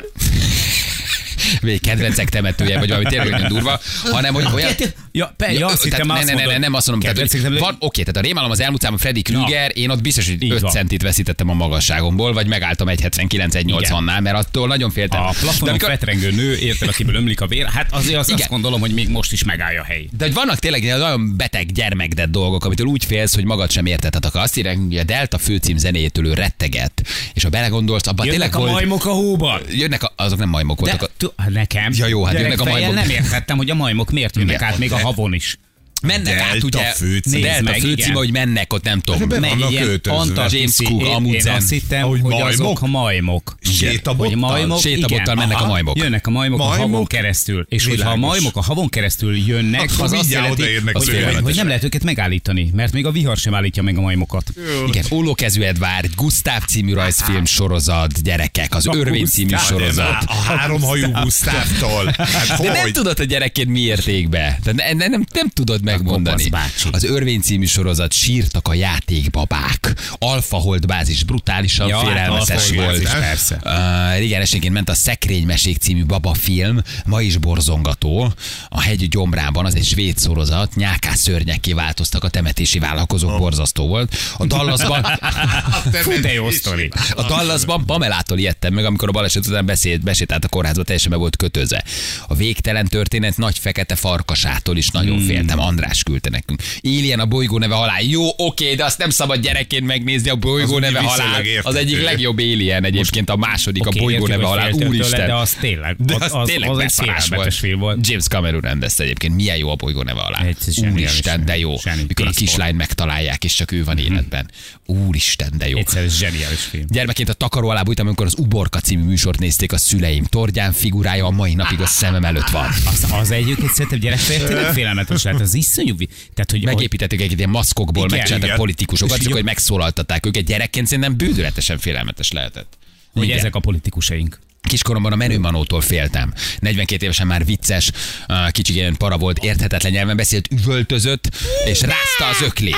[SPEAKER 2] vagy egy kedvencek temetője, vagy valami tényleg nagyon durva, hanem hogy olyan...
[SPEAKER 4] Ja, pe, ja, azt hittem,
[SPEAKER 2] ne,
[SPEAKER 4] azt
[SPEAKER 2] ne, ne, ne, nem azt mondom, tehát, hogy van, oké, tehát a rémálom az elmúcában Freddy Krueger, én ott biztos, hogy öt centit veszítettem a magasságomból, vagy megálltam egy hetvenkilenc egy nyolcvannál, mert attól nagyon féltem.
[SPEAKER 4] A plafonon amikor... fetrengő nő, érted, akiből ömlik a vér, hát azért azt, azt gondolom, hogy még most is megállja a hely.
[SPEAKER 2] De hogy vannak tényleg nagyon beteg gyermekded dolgok, amitől úgy félsz, hogy magad sem érted. Tehát azt írják, hogy a Delta főcím zenéjétől ő retteget, és ha belegondolsz, abban tényleg
[SPEAKER 4] a
[SPEAKER 2] volt...
[SPEAKER 4] majmok a hóban.
[SPEAKER 2] Jönnek a, azok nem majmok voltak.
[SPEAKER 4] De, tu, nekem.
[SPEAKER 2] Ja jó, hát jönnek a majmok.
[SPEAKER 4] Nem értettem, hogy a majmok miért jönnek
[SPEAKER 2] igen,
[SPEAKER 4] át még a havon is.
[SPEAKER 2] Mennek
[SPEAKER 3] Delta
[SPEAKER 2] át, ugye,
[SPEAKER 3] főcím.
[SPEAKER 2] Delta főcím, hogy mennek ott, nem tudom.
[SPEAKER 3] Be vannak öltözve.
[SPEAKER 2] James Cook, amúgy
[SPEAKER 4] Én azt hittem, hogy, hogy azok a majmok.
[SPEAKER 3] Sétabottal?
[SPEAKER 4] Majmok,
[SPEAKER 2] Sétabottal mennek a majmok.
[SPEAKER 4] Jönnek a majmok, majmok a havon keresztül. És hogyha a majmok a havon keresztül jönnek,
[SPEAKER 3] akkor
[SPEAKER 4] az azt jelenti, hogy, hogy, hogy nem lehet őket megállítani, mert még a vihar sem állítja meg a majmokat.
[SPEAKER 2] Igen, Ollókezű Edvárd, Gusztáv című rajzfilm sorozat, gyerekek, az Örvény című sorozat.
[SPEAKER 3] A háromhajú Gusztávtól. Hát
[SPEAKER 2] de nem tudod a gyerekként mi értékbe. Nem, nem, nem, nem tudod megmondani. Az Örvény című sorozat, sírtak a játékbabák. Alfa Hold bázis brutálisan ja, félelmetes hát volt.
[SPEAKER 4] Persze.
[SPEAKER 2] Uh, igen, esélyként ment a Szekrénymesék című babafilm, ma is borzongató. A hegy gyomrában, az egy svéd sorozat, nyákás szörnyekké változtak a temetési vállalkozók, oh. borzasztó volt. A Dallasban...
[SPEAKER 4] Fú, de jó sztori.
[SPEAKER 2] A Dallasban Pamelától ijedtem meg, amikor a baleset után beszélt, besétált a kórházba, teljesen be volt kötözve. A végtelen történet Nagy Fekete Farkasától is nagyon hmm. féltem. András küldte nekünk. Alien, a bolygó neve halál. Jó, oké, de azt nem szabad gyerekként megnézni, a bolygó az neve halál. Az egyik legjobb Alien egyébként, a második, okay, a bolygó neve halál. Úristen.
[SPEAKER 4] De az tényleg,
[SPEAKER 2] de az,
[SPEAKER 4] az,
[SPEAKER 2] tényleg
[SPEAKER 4] az egy félelmetes film volt.
[SPEAKER 2] James Cameron rendezte egyébként. Milyen jó a bolygó neve halál. Úristen, de jó. Mikor a kislányt megtalálják, és csak ő van életben. Úristen, de jó.
[SPEAKER 4] Egyszer ez zseniális film.
[SPEAKER 2] Gyermekként a takaró alá bújtam, amikor az Uborka című műsort nézték a szüleim. Tordján figurája a mai napig a szemem előtt van.
[SPEAKER 4] Az, az egyébként szerintem gyerekfejtőnek félelmetes lehet. Az iszonyú. Tehát, hogy
[SPEAKER 2] megépítették egy ilyen maszkokból, megcsináltak politikusokat, csak hogy megszólaltatták őket. Gyerekként szerintem bődületesen félelmetes lehetett.
[SPEAKER 4] Hogy igen. Ezek a politikusaink.
[SPEAKER 2] Kiskoromban a Menőmanótól féltem. negyvenkét évesen már vicces, kicsit ilyen para volt, érthetetlen nyelven beszélt, üvöltözött, és rázta az öklét.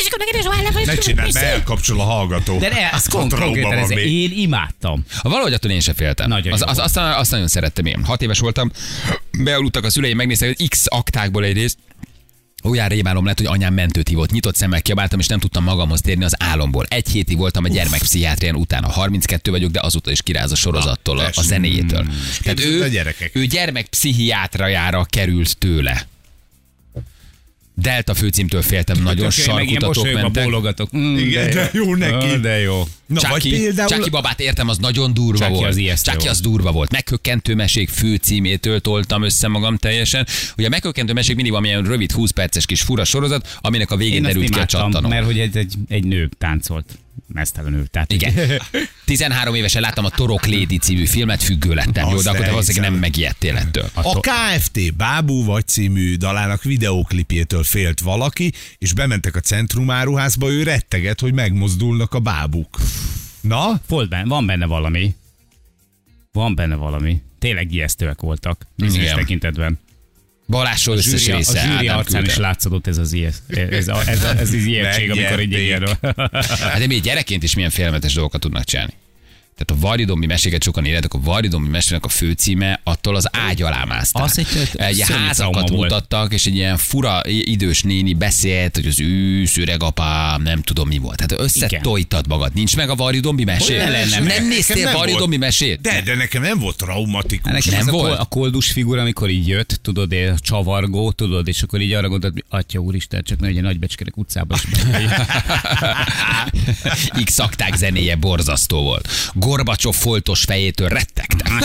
[SPEAKER 3] Ne csináld, mert elkapcsol a hallgató.
[SPEAKER 4] De ne, az konkrétan, ez én imádtam.
[SPEAKER 2] Valahogy attól én sem féltem.
[SPEAKER 4] Nagyon
[SPEAKER 2] az, az, azt, azt nagyon szerettem én. Hat éves voltam, bealudtak a szüleim, megnéztek az X aktákból egy részt, olyan rémálom lett, hogy anyám mentőt hívott. Nyitott szemmel kiabáltam, és nem tudtam magamhoz térni az álomból. Egy hétig voltam a gyermekpszichiátrián utána. harminckettő vagyok, de azóta is kiráz a sorozattól, a, a zenéjétől. Hmm. Tehát ő, ő gyermekpszichiátrajára került tőle. Delta főcímtől féltem, nagyon sarkutatók mentek.
[SPEAKER 4] Bólogatok.
[SPEAKER 3] Mm, igen, de jó neki.
[SPEAKER 4] Ah, de jó.
[SPEAKER 2] Na, Chucky, például... Chucky babát értem, az nagyon durva
[SPEAKER 4] Chucky
[SPEAKER 2] volt.
[SPEAKER 4] Az
[SPEAKER 2] Chucky az durva volt. Meghökkentő mesék főcímétől toltam össze magam teljesen. Ugye a meghökkentő mesék mindig valamilyen rövid húsz perces kis fura sorozat, aminek a végén derült ki a csattanom.
[SPEAKER 4] Mert hogy egy, egy, egy nő táncolt. Mesztelenül. Tehát
[SPEAKER 2] igen. tizenhárom évesen láttam a Torok Lady című filmet, függő lettem. Jó, de akkor te valószínűleg nem megijedtél ettől.
[SPEAKER 3] A ká ef té Bábú vagy című dalának videóklipjétől félt valaki, és bementek a centrumáruházba, ő retteget, hogy megmozdulnak a bábuk. Na?
[SPEAKER 4] Volt benne, van benne valami. Van benne valami. Tényleg ijesztőek voltak. Bizonyos tekintetben.
[SPEAKER 2] Balázsról összes része.
[SPEAKER 4] A zsűri arcán is látszódott ez az ilyet, ez, a, ez, a, ez az ijegység, amikor így ilyenről.
[SPEAKER 2] Hát de még gyerekként is milyen félelmetes dolgokat tudnak csinálni. Tehát a Varjdombi meséket sokan írjátok, a Varjdombi mesének a főcíme, attól az ágy alá másztál.
[SPEAKER 4] Az egy,
[SPEAKER 2] egy házakat mutattak, és egy ilyen fura idős néni beszélt, hogy az ősz, öregapám, nem tudom mi volt. Tehát összetojtad magad. Nincs meg a Varjdombi mesé?
[SPEAKER 4] Nem, nem,
[SPEAKER 2] nem, nem néztél Varjdombi mesét?
[SPEAKER 3] De, de nekem nem volt traumatikus.
[SPEAKER 4] Nekem nem volt? A koldus figura, amikor így jött, tudod, a csavargó, tudod, és akkor így arra gondolt, hogy atya úristen, csak ne legyen Nagybecskerek utcában is.
[SPEAKER 2] X akták zenéje borzasztó volt. Gorbacsov foltos fejétől rettegtem.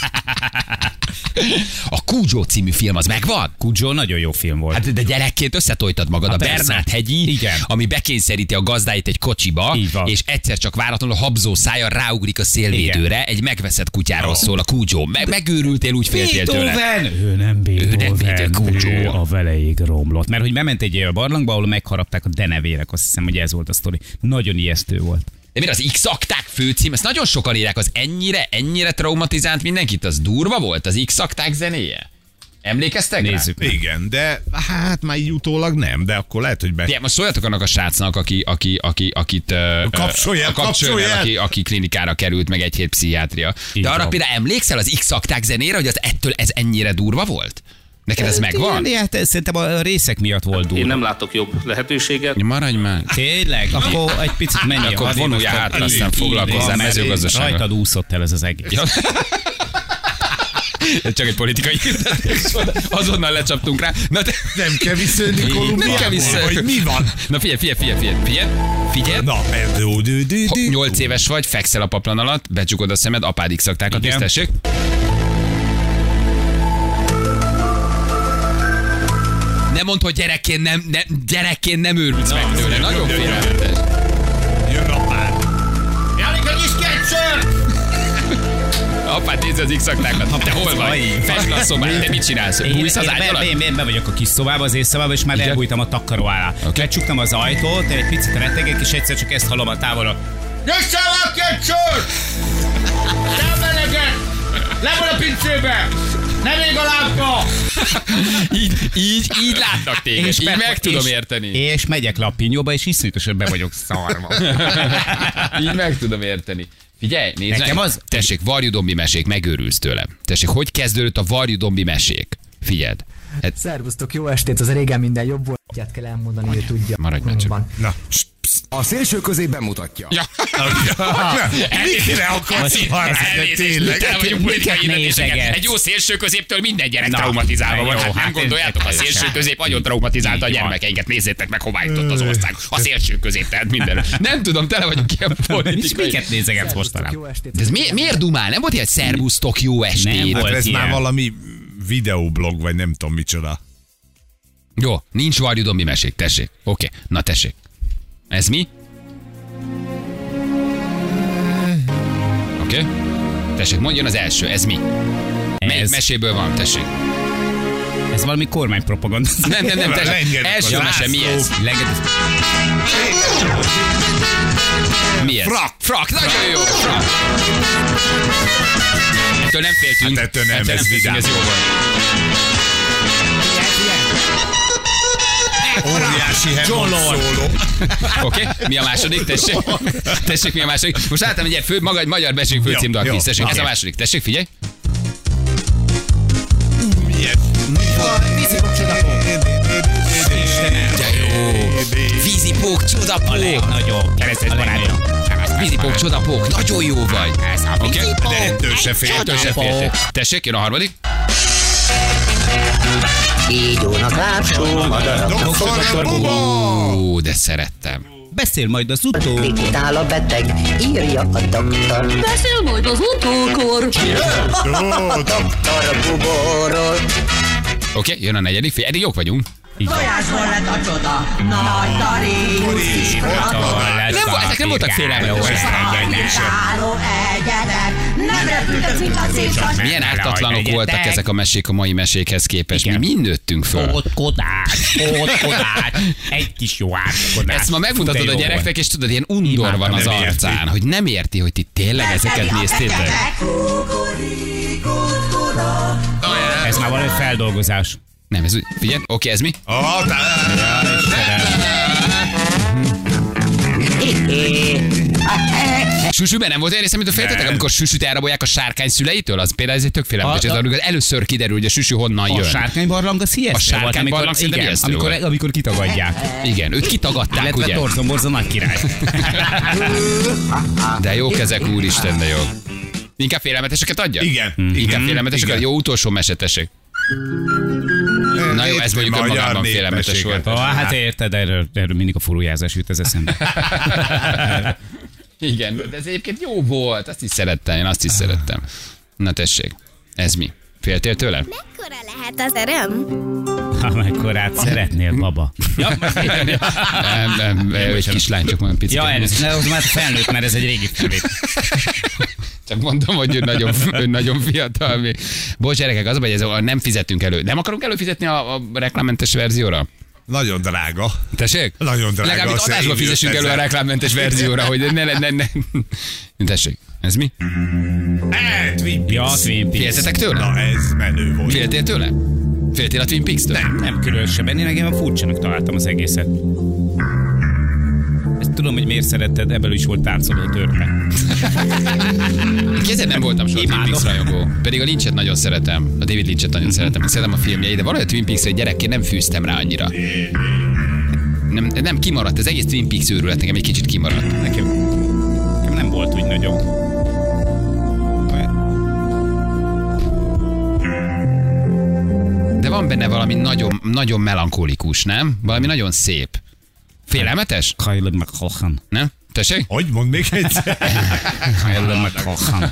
[SPEAKER 2] A Cujo című film az megvan?
[SPEAKER 4] Cujo nagyon jó film volt.
[SPEAKER 2] Hát de gyerekként összetojtad magad. Hát a Bernát hegyi, igen, ami bekényszeríti a gazdáit egy kocsiba, és egyszer csak váratlanul a habzó szája ráugrik a szélvédőre. Igen. Egy megveszett kutyáról oh. szól a Cujo. Me- megőrültél, úgy féltél tőle.
[SPEAKER 4] Ő nem Beethoven.
[SPEAKER 2] Ő nem Beethoven. Cujo.
[SPEAKER 4] A veleig romlott. Mert hogy bement egy barlangba, ahol megharapták a denevérek. Azt hiszem, hogy ez volt a sztori. Nagyon ijesztő volt.
[SPEAKER 2] De miért az X-akták főcím? Ezt nagyon sokan írják, az ennyire, ennyire traumatizált mindenkit, az durva volt az X-akták zenéje? Emlékeztek rá?
[SPEAKER 4] Nézzük.
[SPEAKER 3] Igen, de hát már így utólag nem, de akkor lehet, hogy be...
[SPEAKER 2] Ja, most szóljatok annak a srácnak, aki, aki, aki, akit uh,
[SPEAKER 3] kapcsolj el,
[SPEAKER 2] kapcsolj el,
[SPEAKER 3] el.
[SPEAKER 2] aki, aki klinikára került, meg egy hét pszichiátria.
[SPEAKER 4] Így
[SPEAKER 2] De arra
[SPEAKER 4] van.
[SPEAKER 2] például emlékszel az X-akták zenére, hogy az ettől ez ennyire durva volt? Neked ez megvan?
[SPEAKER 4] Igen, hát ez szerintem a részek miatt volt
[SPEAKER 5] Én
[SPEAKER 4] durva.
[SPEAKER 5] nem látok jobb lehetőséget.
[SPEAKER 2] Maradj már.
[SPEAKER 4] Tényleg? Akkor egy picit menjél.
[SPEAKER 2] Akkor
[SPEAKER 4] hadd én
[SPEAKER 2] vonuljál
[SPEAKER 4] most-
[SPEAKER 2] hátra, aztán
[SPEAKER 4] Így,
[SPEAKER 2] foglalkozzál
[SPEAKER 4] így,
[SPEAKER 2] mezőgazdasággal.
[SPEAKER 4] Rajtad úszott el ez az egész.
[SPEAKER 2] Ja. Ez csak egy politikai hirdetés volt, azonnal lecsaptunk rá. Na te...
[SPEAKER 3] Nem kell visszajönni Kolumbiából,
[SPEAKER 2] Nem kell vissza.
[SPEAKER 3] vagy mi van?
[SPEAKER 2] Na figyelj, figyelj, figyelj, figyelj, figyelj, figyelj.
[SPEAKER 3] Na, dü, dü, dü, dü.
[SPEAKER 2] Nyolc éves vagy, fekszel a paplan alatt, becsukod a szemed, apád X-aktákat,
[SPEAKER 4] Igen.
[SPEAKER 2] tisztessék. Nem mondd, hogy gyerekként nem, nem, gyerekként nem őrülsz meg tőle. Nagyon
[SPEAKER 3] jön, jön,
[SPEAKER 2] félelmetes.
[SPEAKER 3] Jön apád.
[SPEAKER 2] Apád nézze az X-aktákat. Te hol vagy? Fest le a szobát, te mit csinálsz?
[SPEAKER 4] Én,
[SPEAKER 2] Bújsz az
[SPEAKER 4] én,
[SPEAKER 2] ágy
[SPEAKER 4] be,
[SPEAKER 2] alatt?
[SPEAKER 4] én, én be vagyok a kis szobába, az éjszobába, és már
[SPEAKER 2] Igen.
[SPEAKER 4] elbújtam a takaró alá.
[SPEAKER 2] Oké.
[SPEAKER 4] Okay. Lecsuktam az ajtót, egy picit rettegek, és egyszer csak ezt hallom a távolról.
[SPEAKER 6] Nyissa valaki egy sört! Nem meleget! Level a pincébe! Nem ég a lámpa!
[SPEAKER 2] Így, így, így látnak téged. Így
[SPEAKER 4] be-
[SPEAKER 2] meg tudom
[SPEAKER 4] és,
[SPEAKER 2] érteni.
[SPEAKER 4] És megyek le a pinyóba, és iszonyatosan be vagyok szarva.
[SPEAKER 2] Így meg tudom érteni. Figyelj, nézd
[SPEAKER 4] Nekem
[SPEAKER 2] meg.
[SPEAKER 4] az-
[SPEAKER 2] Tessék, varjudombi mesék, megőrülsz tőlem. Tessék, hogy kezdődött a varjudombi mesék? Figyeld. Hát,
[SPEAKER 7] Szervusztok, jó estét, az régen minden jobb volt. Ilyet kell elmondani, hogy tudja.
[SPEAKER 2] Maradj már csak.
[SPEAKER 7] Van.
[SPEAKER 3] Na, psz, psz.
[SPEAKER 1] A szélső közé bemutatja.
[SPEAKER 2] ja.
[SPEAKER 3] Mikre akarsz harálni, tényleg?
[SPEAKER 2] Tele vagyunk politikai
[SPEAKER 4] Miket
[SPEAKER 2] hirdetéseket.
[SPEAKER 4] nézegetsz?
[SPEAKER 2] Egy jó szélső középtől minden gyerek
[SPEAKER 4] Na,
[SPEAKER 2] traumatizálva van.
[SPEAKER 4] jó,
[SPEAKER 2] Hát nem
[SPEAKER 4] hát
[SPEAKER 2] gondoljátok, a
[SPEAKER 4] ez-
[SPEAKER 2] szélső közép nagyon traumatizálta a
[SPEAKER 4] Így van.
[SPEAKER 2] gyermekeinket. Nézzétek meg, hová jutott az ország. A szélső közép, tehát minden. Nem tudom, tele vagyunk ilyen
[SPEAKER 4] És
[SPEAKER 2] politikai.
[SPEAKER 4] miket nézegetsz
[SPEAKER 7] Szervusztok,
[SPEAKER 4] mostanában?
[SPEAKER 7] jó estét.
[SPEAKER 2] De ez mi, miért dumál? Nem volt ilyen szervusztok, jó estét?
[SPEAKER 4] Nem
[SPEAKER 3] Hát
[SPEAKER 4] volt
[SPEAKER 3] ez
[SPEAKER 4] ilyen.
[SPEAKER 3] már valami videoblog, vagy nem tudom micsoda.
[SPEAKER 2] Jó, nincs varjudombi mesék, tessék. Oké, na tessék. Ez mi? Oké. Tessék, mondjon az első, ez mi? Melyik
[SPEAKER 4] Ez,
[SPEAKER 2] meséből van, tessék?
[SPEAKER 4] ez valami kormánypropaganda.
[SPEAKER 2] Nem, nem, nem, tessék.
[SPEAKER 3] Lengenek
[SPEAKER 2] Első
[SPEAKER 3] a
[SPEAKER 2] mese, mi ez?
[SPEAKER 3] zászlók.
[SPEAKER 2] Lengenek. Mi ez?
[SPEAKER 3] Frak.
[SPEAKER 2] Frak, nagyon jó, frak. Ettől nem féltünk.
[SPEAKER 3] Hát ettől nem, ez
[SPEAKER 2] féltünk,
[SPEAKER 3] vidám.
[SPEAKER 2] ez jó volt.
[SPEAKER 3] Óriási
[SPEAKER 4] John Lord.
[SPEAKER 3] szóló.
[SPEAKER 2] Oké, okay. Mi a második? Tessék. Tessék, mi a második? Most láttam, hogy egy fő, maga, magyar mesék főcímdal
[SPEAKER 3] Jó,
[SPEAKER 2] kész. Tessék,
[SPEAKER 3] jó.
[SPEAKER 2] ez a második. Tessék, figyelj. De jó. Vízipók, csodapók.
[SPEAKER 4] Nagyon. Keresztes barátom.
[SPEAKER 2] Vízipók, csodapók. Nagyon jó vagy. Oké?
[SPEAKER 3] De ettől se fél.
[SPEAKER 2] Ettől se féltél. Tessék, jön a harmadik.
[SPEAKER 8] Kígyónak lápsó madarak.
[SPEAKER 3] Doktor Buba!
[SPEAKER 2] Ó, de szerettem.
[SPEAKER 4] Beszél majd az utó.
[SPEAKER 8] Digitál a beteg, írja a doktor.
[SPEAKER 9] Beszél majd az utókor.
[SPEAKER 8] Doktor Buborról.
[SPEAKER 2] Oké, jön a negyedik. Figyelj, eddig jók vagyunk.
[SPEAKER 9] Tojásból lett a csoda. Nagy tarírusz is
[SPEAKER 2] Nem, vo- ezek nem voltak félelmetesek.
[SPEAKER 9] Álló egyenek. Nem repültek, mint a szép
[SPEAKER 2] Milyen ártatlanok voltak ezek a mesék a mai mesékhez képest. Mi
[SPEAKER 4] Igen.
[SPEAKER 2] mind nőttünk föl.
[SPEAKER 4] Ótkodás, ótkodás. Egy kis jó átkodás.
[SPEAKER 2] Ezt ma megmutatod
[SPEAKER 4] Fú, de
[SPEAKER 2] a
[SPEAKER 4] jó
[SPEAKER 2] gyereknek, és tudod, ilyen undor
[SPEAKER 4] Imádtam,
[SPEAKER 2] van az
[SPEAKER 3] nem érti.
[SPEAKER 2] arcán, hogy nem érti, hogy ti tényleg ezeket néztétek.
[SPEAKER 4] volt. Ez már valami feldolgozás.
[SPEAKER 2] Nem, ez úgy, figyelj, oké, ez mi?
[SPEAKER 3] Ah,
[SPEAKER 2] Süsüben nem volt olyan része, mint a féltetek,
[SPEAKER 3] Nem.
[SPEAKER 2] amikor Süsüt elrabolják a sárkány szüleitől? Az például ez egy tök félelmetes.
[SPEAKER 4] A-
[SPEAKER 2] Ez
[SPEAKER 4] a-
[SPEAKER 2] amikor először kiderül, hogy a Süsü honnan
[SPEAKER 4] A
[SPEAKER 2] jön.
[SPEAKER 4] sárkánybarlang az ijesztő
[SPEAKER 2] A
[SPEAKER 4] volt, amikor,
[SPEAKER 2] sárkánybarlang szerintem
[SPEAKER 4] igen,
[SPEAKER 2] ijesztő
[SPEAKER 4] amikor,
[SPEAKER 2] volt.
[SPEAKER 4] amikor kitagadják.
[SPEAKER 2] Igen, őt kitagadták,
[SPEAKER 4] Illetve
[SPEAKER 2] ugye?
[SPEAKER 4] Torzomborza nagy király.
[SPEAKER 2] De jók ezek, úristen, de jó. Inkább félelmeteseket adja?
[SPEAKER 3] Igen,
[SPEAKER 2] Inkább
[SPEAKER 3] igen,
[SPEAKER 2] félelmeteseket?
[SPEAKER 3] igen.
[SPEAKER 2] Jó, utolsó mesetesek. Na jó, ez mondjuk
[SPEAKER 3] Magyar
[SPEAKER 2] önmagában félelmetes
[SPEAKER 3] népmeséket.
[SPEAKER 2] volt.
[SPEAKER 4] Ó, hát érted, erről, erről mindig a furójázás jut az eszembe.
[SPEAKER 2] Igen, de ez egyébként jó volt, azt is szerettem, én azt is szerettem. Na tessék, ez mi? Féltél tőle?
[SPEAKER 10] Mekkora lehet az öröm?
[SPEAKER 4] Amekkorát szeretnél, baba. Ja,
[SPEAKER 2] Nem, nem, egy kislány, csak olyan picit.
[SPEAKER 4] ja ez, ne, az már felnőtt, mert ez egy régi felvét.
[SPEAKER 2] Csak mondom, hogy ő nagyon, ő nagyon fiatal még. Bocs, gyerekek, az a baj, hogy ez a- nem fizetünk elő. Nem akarunk előfizetni a, a reklámmentes verzióra?
[SPEAKER 3] Nagyon drága.
[SPEAKER 2] Tessék?
[SPEAKER 3] Nagyon drága.
[SPEAKER 2] Legalább itt
[SPEAKER 3] azt
[SPEAKER 2] adásba
[SPEAKER 3] én
[SPEAKER 2] fizessünk elő a
[SPEAKER 3] ezer.
[SPEAKER 2] reklámmentes verzióra, hogy ne, ne, ne, ne. Tessék, ez mi?
[SPEAKER 3] Eh, Twin Peaks.
[SPEAKER 4] Ja, Twin Peaks.
[SPEAKER 2] Féltetek tőle?
[SPEAKER 3] Na ez menő volt.
[SPEAKER 2] Féltél tőle? Féltél a Twin Peaks-től?
[SPEAKER 4] Nem, nem különösebben. Én nekem furcsának találtam az egészet. Ezt tudom, hogy miért szeretted, ebből is volt táncoló törpe.
[SPEAKER 2] Kézzel nem voltam soha Twin Peaks rajongó. Pedig a Lynchet nagyon szeretem. A David Lynchet nagyon szeretem. Meg szeretem a filmjei, de valahogy a Twin Peaks-re gyerekként nem fűztem rá annyira. Nem, nem kimaradt, az egész Twin Peaks őrület nekem egy kicsit kimaradt.
[SPEAKER 4] Nekem, nekem nem volt úgy nagyon.
[SPEAKER 2] De van benne valami nagyon, nagyon melankolikus, nem? Valami nagyon szép. Félelmetes?
[SPEAKER 4] Kyle MacLachlan.
[SPEAKER 2] Nem? Tessék?
[SPEAKER 3] Hogy mondd még egyszer?
[SPEAKER 4] Kyle MacLachlan.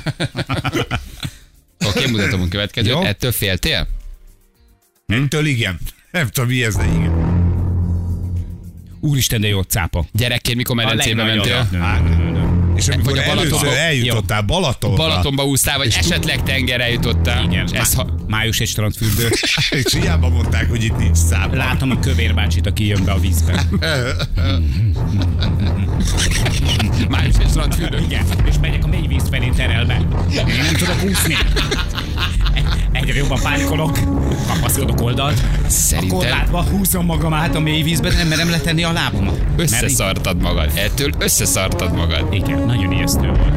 [SPEAKER 2] Oké, mutatom a következőt.
[SPEAKER 3] Jó.
[SPEAKER 2] Ettől féltél?
[SPEAKER 3] Ettől igen. Nem tudom mi ez, de igen.
[SPEAKER 4] Úristen, de jó cápa.
[SPEAKER 2] Gyerekként mikor medencébe mentél?
[SPEAKER 3] És amikor
[SPEAKER 2] Vagy a
[SPEAKER 3] először
[SPEAKER 2] Balatonba-
[SPEAKER 3] eljutottál Balatonra,
[SPEAKER 2] Balatonba úsztál, vagy esetleg tengerre jutottál?
[SPEAKER 4] Igen,
[SPEAKER 2] Ez
[SPEAKER 4] má-
[SPEAKER 2] ha...
[SPEAKER 4] május egy strandfürdő.
[SPEAKER 3] és hiába mondták, hogy itt nincs szám.
[SPEAKER 4] Látom a kövér bácsit, aki jön be a vízbe.
[SPEAKER 2] Május egy strandfürdő.
[SPEAKER 4] Igen, és megyek a mély víz felé terelve. Én nem tudok úszni. Egyre jobban pánikolok. Kapaszkodok oldalt.
[SPEAKER 2] Szerintem-
[SPEAKER 4] A korlátba húzom magam át a mély vízbe, de nem merem letenni a lábamat.
[SPEAKER 2] Összeszartad magad. Ettől összeszartad magad.
[SPEAKER 4] Igen, nagyon ijesztő volt.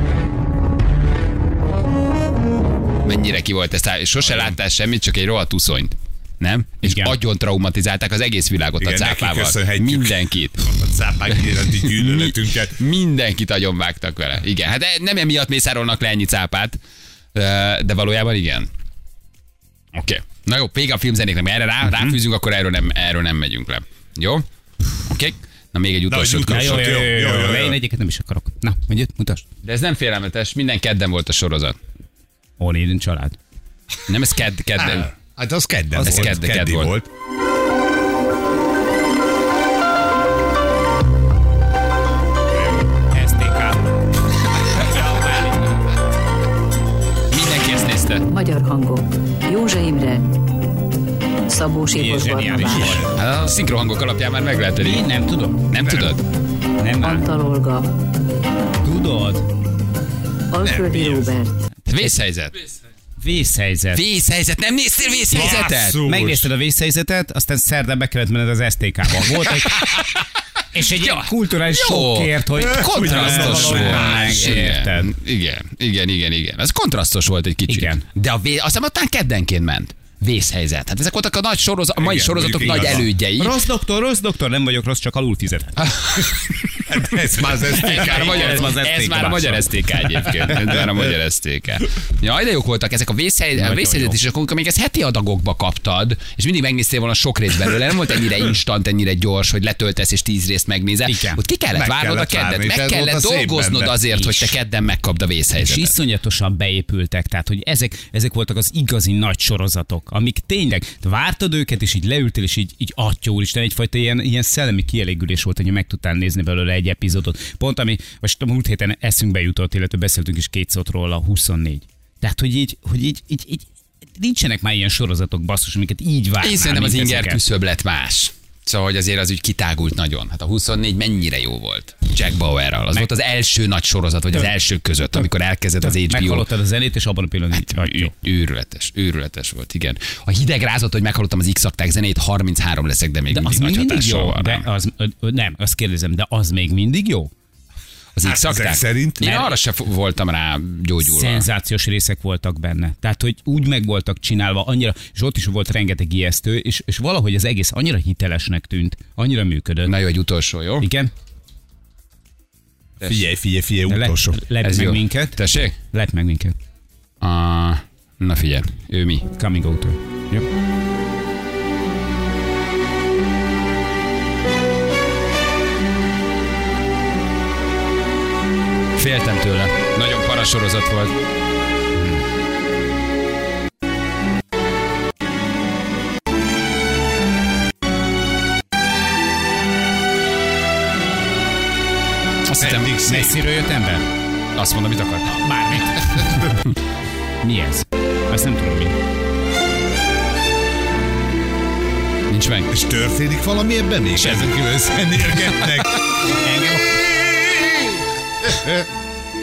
[SPEAKER 2] Mennyire ki volt ez? Sose láttál semmit, csak egy rohadt uszonyt. Nem? És
[SPEAKER 4] Igen.
[SPEAKER 2] agyon traumatizálták az egész világot
[SPEAKER 3] Igen,
[SPEAKER 2] a
[SPEAKER 3] neki
[SPEAKER 2] cápával.
[SPEAKER 3] köszönhetjük.
[SPEAKER 2] Mindenkit.
[SPEAKER 3] A cápák iránti gyűlöletünket.
[SPEAKER 2] Mindenkit agyonvágtak vele. Igen, hát nem emiatt mészárolnak le ennyi cápát, de valójában igen. Oké. Okay. Na jó, vége a filmzenéknek, mert erre rá, ráfűzünk, akkor erről nem, erről nem megyünk le. Jó? Oké? Okay. Na még egy utolsót
[SPEAKER 3] Na,
[SPEAKER 2] kapcsolat.
[SPEAKER 3] Jó, jó, jó, jó, jó.
[SPEAKER 4] De én egyiket nem is akarok. Na, mondjuk, mutasd.
[SPEAKER 2] De ez nem félelmetes, minden kedden volt a sorozat.
[SPEAKER 4] Ónéden család.
[SPEAKER 2] Nem, ez kedd, kedden.
[SPEAKER 3] Hát az kedden
[SPEAKER 2] Ez
[SPEAKER 3] volt.
[SPEAKER 2] kedd- kedd
[SPEAKER 3] keddi
[SPEAKER 2] volt.
[SPEAKER 3] volt.
[SPEAKER 4] es té ká.
[SPEAKER 2] Mindenki ezt nézte.
[SPEAKER 11] Magyar hangok. Józsa Imre, Szabó Sírkos
[SPEAKER 4] zseniális
[SPEAKER 11] Barnabás,
[SPEAKER 4] volt.
[SPEAKER 2] Hát a szinkrohangok alapján már meg lehet
[SPEAKER 4] Én
[SPEAKER 2] tenni.
[SPEAKER 4] nem tudom.
[SPEAKER 2] Nem tudod?
[SPEAKER 4] Nem már.
[SPEAKER 11] Antal Olga,
[SPEAKER 4] Tudod?
[SPEAKER 11] Alföldi Róbert,
[SPEAKER 2] Vészhelyzet.
[SPEAKER 4] Vészhelyzet.
[SPEAKER 2] Vészhelyzet. Nem néztél vészhelyzetet?
[SPEAKER 3] Basszus.
[SPEAKER 4] Megnézted a vészhelyzetet, aztán szerdán be kellett menned az es té ká-ba. Volt egy... És egy
[SPEAKER 2] Jó.
[SPEAKER 4] ilyen kulturális
[SPEAKER 2] Jó.
[SPEAKER 4] sokkért, hogy
[SPEAKER 2] Kontrasztos
[SPEAKER 4] hogy
[SPEAKER 2] volt.
[SPEAKER 4] megérted.
[SPEAKER 2] Igen, igen, igen, igen. Ez kontrasztos volt egy kicsit.
[SPEAKER 4] Igen.
[SPEAKER 2] De a vé... azt hiszem, ottan keddenként ment. Vészhelyzet. Hát ezek voltak a nagy sorozat, a mai
[SPEAKER 3] Igen,
[SPEAKER 2] sorozatok
[SPEAKER 3] mondjuk
[SPEAKER 2] nagy
[SPEAKER 3] igaz.
[SPEAKER 2] elődjei.
[SPEAKER 4] Rossz doktor, rossz doktor, nem vagyok rossz, csak alul fizetett.
[SPEAKER 3] Ez már az es té
[SPEAKER 2] Ez már a magyar,
[SPEAKER 4] Ez az es té ká
[SPEAKER 2] ez már a magyar es té ká egyébként. Ez már a magyar es té ká. Jaj, de jók voltak ezek a vészhely, a vészhelyzet is, akkor még ezt heti adagokba kaptad, és mindig megnéztél volna sok rész belőle. Nem volt ennyire instant, ennyire gyors, hogy letöltesz és tíz részt megnézel.
[SPEAKER 4] Igen.
[SPEAKER 2] Ott ki kellett
[SPEAKER 3] Meg
[SPEAKER 2] várnod a
[SPEAKER 3] kellett várni,
[SPEAKER 2] keddet,
[SPEAKER 3] és
[SPEAKER 2] meg
[SPEAKER 3] ez volt
[SPEAKER 2] kellett
[SPEAKER 3] a szép
[SPEAKER 2] dolgoznod
[SPEAKER 3] benne.
[SPEAKER 2] azért, hogy te
[SPEAKER 4] És-
[SPEAKER 2] kedden megkapd a
[SPEAKER 4] És
[SPEAKER 2] vészhelyzetet.
[SPEAKER 4] iszonyatosan beépültek, tehát hogy ezek, ezek voltak az igazi nagy sorozatok, amik tényleg vártad őket, és így leültél, és így, így atya úristen, egyfajta ilyen, ilyen szellemi kielégülés volt, hogy meg tudtál nézni belőle egy epizódot. Pont ami most a múlt héten eszünkbe jutott, illetve beszéltünk is két szót róla, huszonnégy. Tehát, hogy így, hogy így, így, így nincsenek már ilyen sorozatok, basszus, amiket így várnál.
[SPEAKER 2] Én szerintem az
[SPEAKER 4] mint
[SPEAKER 2] inger
[SPEAKER 4] ezeket.
[SPEAKER 2] küszöb lett más. Szóval, hogy azért az úgy kitágult nagyon. Hát a huszonnégy mennyire jó volt. Jack Bauerral. Az
[SPEAKER 4] Meg-
[SPEAKER 2] volt az első nagy sorozat, vagy az első között, amikor elkezdett az há bé ó.
[SPEAKER 4] Meghallottad a zenét, és abban a pillanatban
[SPEAKER 2] Hát,
[SPEAKER 4] így,
[SPEAKER 2] ő- őrületes, őrületes volt, igen. A hideg rázott, hogy meghallottam az X-akták zenét, harminchárom leszek, de még
[SPEAKER 4] de az
[SPEAKER 2] mindig
[SPEAKER 4] még
[SPEAKER 2] nagy
[SPEAKER 4] mindig
[SPEAKER 2] hatással
[SPEAKER 4] jó.
[SPEAKER 2] van
[SPEAKER 4] De
[SPEAKER 2] rám.
[SPEAKER 4] az, ö, nem, azt kérdezem, de az még mindig jó?
[SPEAKER 2] Az
[SPEAKER 3] Hát
[SPEAKER 2] X-akták?
[SPEAKER 3] ezek szerint
[SPEAKER 2] Én
[SPEAKER 4] nem.
[SPEAKER 2] arra se f- voltam rá gyógyulva.
[SPEAKER 4] Szenzációs részek voltak benne. Tehát, hogy úgy meg voltak csinálva, annyira, és ott is volt rengeteg ijesztő, és, és valahogy az egész annyira hitelesnek tűnt, annyira működött.
[SPEAKER 2] Na jó, egy utolsó, jó?
[SPEAKER 4] Igen?
[SPEAKER 3] Figyelj, figyelj, figyelj, utolsó.
[SPEAKER 4] Lett
[SPEAKER 2] Ez
[SPEAKER 4] meg
[SPEAKER 2] jó.
[SPEAKER 4] minket.
[SPEAKER 2] Tessék?
[SPEAKER 4] Lett meg minket.
[SPEAKER 2] Uh, na figyelj, ő mi?
[SPEAKER 4] Coming out. Jó.
[SPEAKER 2] Féltem tőle. Nagyon parasorozat volt. Azt hittem,
[SPEAKER 3] Eddig szép.
[SPEAKER 4] Messziről jött ember?
[SPEAKER 2] azt mondom, mit akart.
[SPEAKER 4] Bármit. Mi ez? Azt nem tudom mi.
[SPEAKER 2] Nincs meg.
[SPEAKER 3] És történik valami ebben még?
[SPEAKER 2] Semmi.
[SPEAKER 3] Ezek kívül zenélgetnek.
[SPEAKER 4] Engem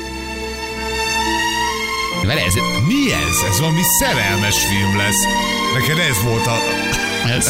[SPEAKER 2] Vele ez,
[SPEAKER 3] Mi ez? Ez valami szerelmes film lesz. Neked ez volt a...
[SPEAKER 2] Ez.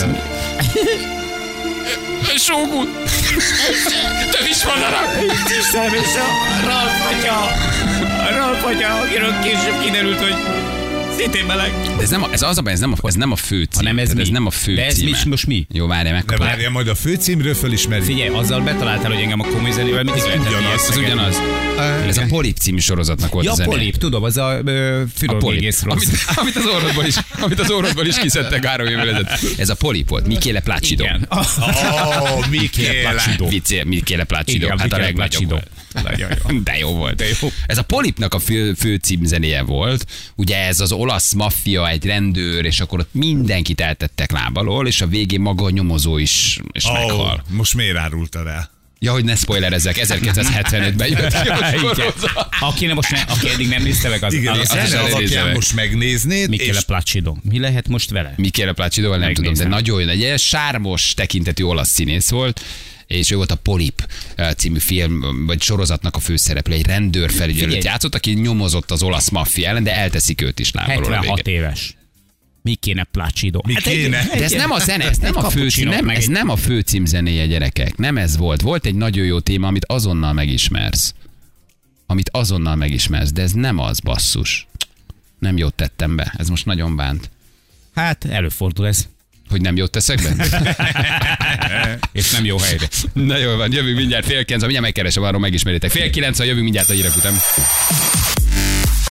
[SPEAKER 2] Sógun! Te is mondanak!
[SPEAKER 4] Istenem, és a Ralf atya, a Ralf atya, akiről később kiderült, hogy szintén meleg.
[SPEAKER 2] De ez, nem a, ez az a baj, ez nem a, ez nem a fő cím.
[SPEAKER 4] Hanem ez
[SPEAKER 2] Tehát
[SPEAKER 4] mi?
[SPEAKER 2] ez nem a fő
[SPEAKER 4] De ez
[SPEAKER 2] címe.
[SPEAKER 4] mi, most mi?
[SPEAKER 2] Jó, várjál,
[SPEAKER 3] De
[SPEAKER 2] megkapom.
[SPEAKER 3] várjál, majd a főcímről fölismerjük.
[SPEAKER 4] Figyelj, azzal betaláltál, hogy engem a komoly zenével mindig lehetett
[SPEAKER 3] ugyanaz,
[SPEAKER 4] ilyet
[SPEAKER 2] Ez
[SPEAKER 4] szegedni.
[SPEAKER 2] ugyanaz. Ez a Polip című sorozatnak volt
[SPEAKER 4] Ja,
[SPEAKER 2] a zene.
[SPEAKER 4] Polip, tudom, az a ö,
[SPEAKER 2] A polip,
[SPEAKER 4] fülorvégész rossz.
[SPEAKER 2] amit, amit, az orrodból is, amit az orrodból is kiszedtek három évvel ezelőtt. Ez a Polip volt, Michele Placido.
[SPEAKER 4] Igen.
[SPEAKER 3] Ó, Michele
[SPEAKER 4] Placido.
[SPEAKER 2] Vicce, Michele Placido.
[SPEAKER 4] Igen,
[SPEAKER 2] Hát a
[SPEAKER 4] Michele
[SPEAKER 2] legnagyobb
[SPEAKER 4] Placido.
[SPEAKER 2] volt.
[SPEAKER 4] Nagyon jó.
[SPEAKER 2] De jó volt.
[SPEAKER 4] De jó.
[SPEAKER 2] Ez a Polipnak a fő, fő címzenéje volt. Ugye ez az olasz maffia, egy rendőr, és akkor ott mindenkit eltettek lábalól, és a végén maga a nyomozó is és
[SPEAKER 3] Ó,
[SPEAKER 2] meghal.
[SPEAKER 3] most miért árultad el?
[SPEAKER 2] Ja, hogy ne spoilerezzek, ezerkilencszázhetvenötben jött ki a
[SPEAKER 4] Igen.
[SPEAKER 2] sorozat.
[SPEAKER 4] Aki, most ne, aki eddig nem nézte meg, az,
[SPEAKER 3] Igen,
[SPEAKER 4] az,
[SPEAKER 3] a
[SPEAKER 2] az is
[SPEAKER 3] zene
[SPEAKER 2] elnézve
[SPEAKER 3] alapján
[SPEAKER 2] meg.
[SPEAKER 3] most megnéznéd,
[SPEAKER 4] Michele
[SPEAKER 3] és
[SPEAKER 4] Placido. Mi lehet most vele?
[SPEAKER 2] Michele Placidoval nem tudom, de
[SPEAKER 4] Megnézem.
[SPEAKER 2] nagyon jó, egy ilyen sármos tekintetű olasz színész volt, és ő volt a Polip eh, című film, vagy sorozatnak a főszereplő, egy rendőrfelügyelőt
[SPEAKER 4] Figyelj.
[SPEAKER 2] játszott, aki nyomozott az olasz maffia ellen, de elteszik őt is lábalól a
[SPEAKER 4] hetvenhat
[SPEAKER 2] végén.
[SPEAKER 4] éves. Michele Placido.
[SPEAKER 3] Mi kéne?
[SPEAKER 2] De ez nem a zene, ez nem a fő cím, nem, ez nem a fő címzenéje, gyerekek. Nem ez volt. Volt egy nagyon jó téma, amit azonnal megismersz. Amit azonnal megismersz, de ez nem az, basszus. Nem jót tettem be. Ez most nagyon bánt.
[SPEAKER 4] Hát előfordul ez.
[SPEAKER 2] Hogy nem jót teszek be?
[SPEAKER 4] És nem jó helyre.
[SPEAKER 2] Na jól van, jövünk mindjárt fél kilenc, mindjárt megkeresem, arról megismeritek. Fél kilenc, jövünk mindjárt a hírek után.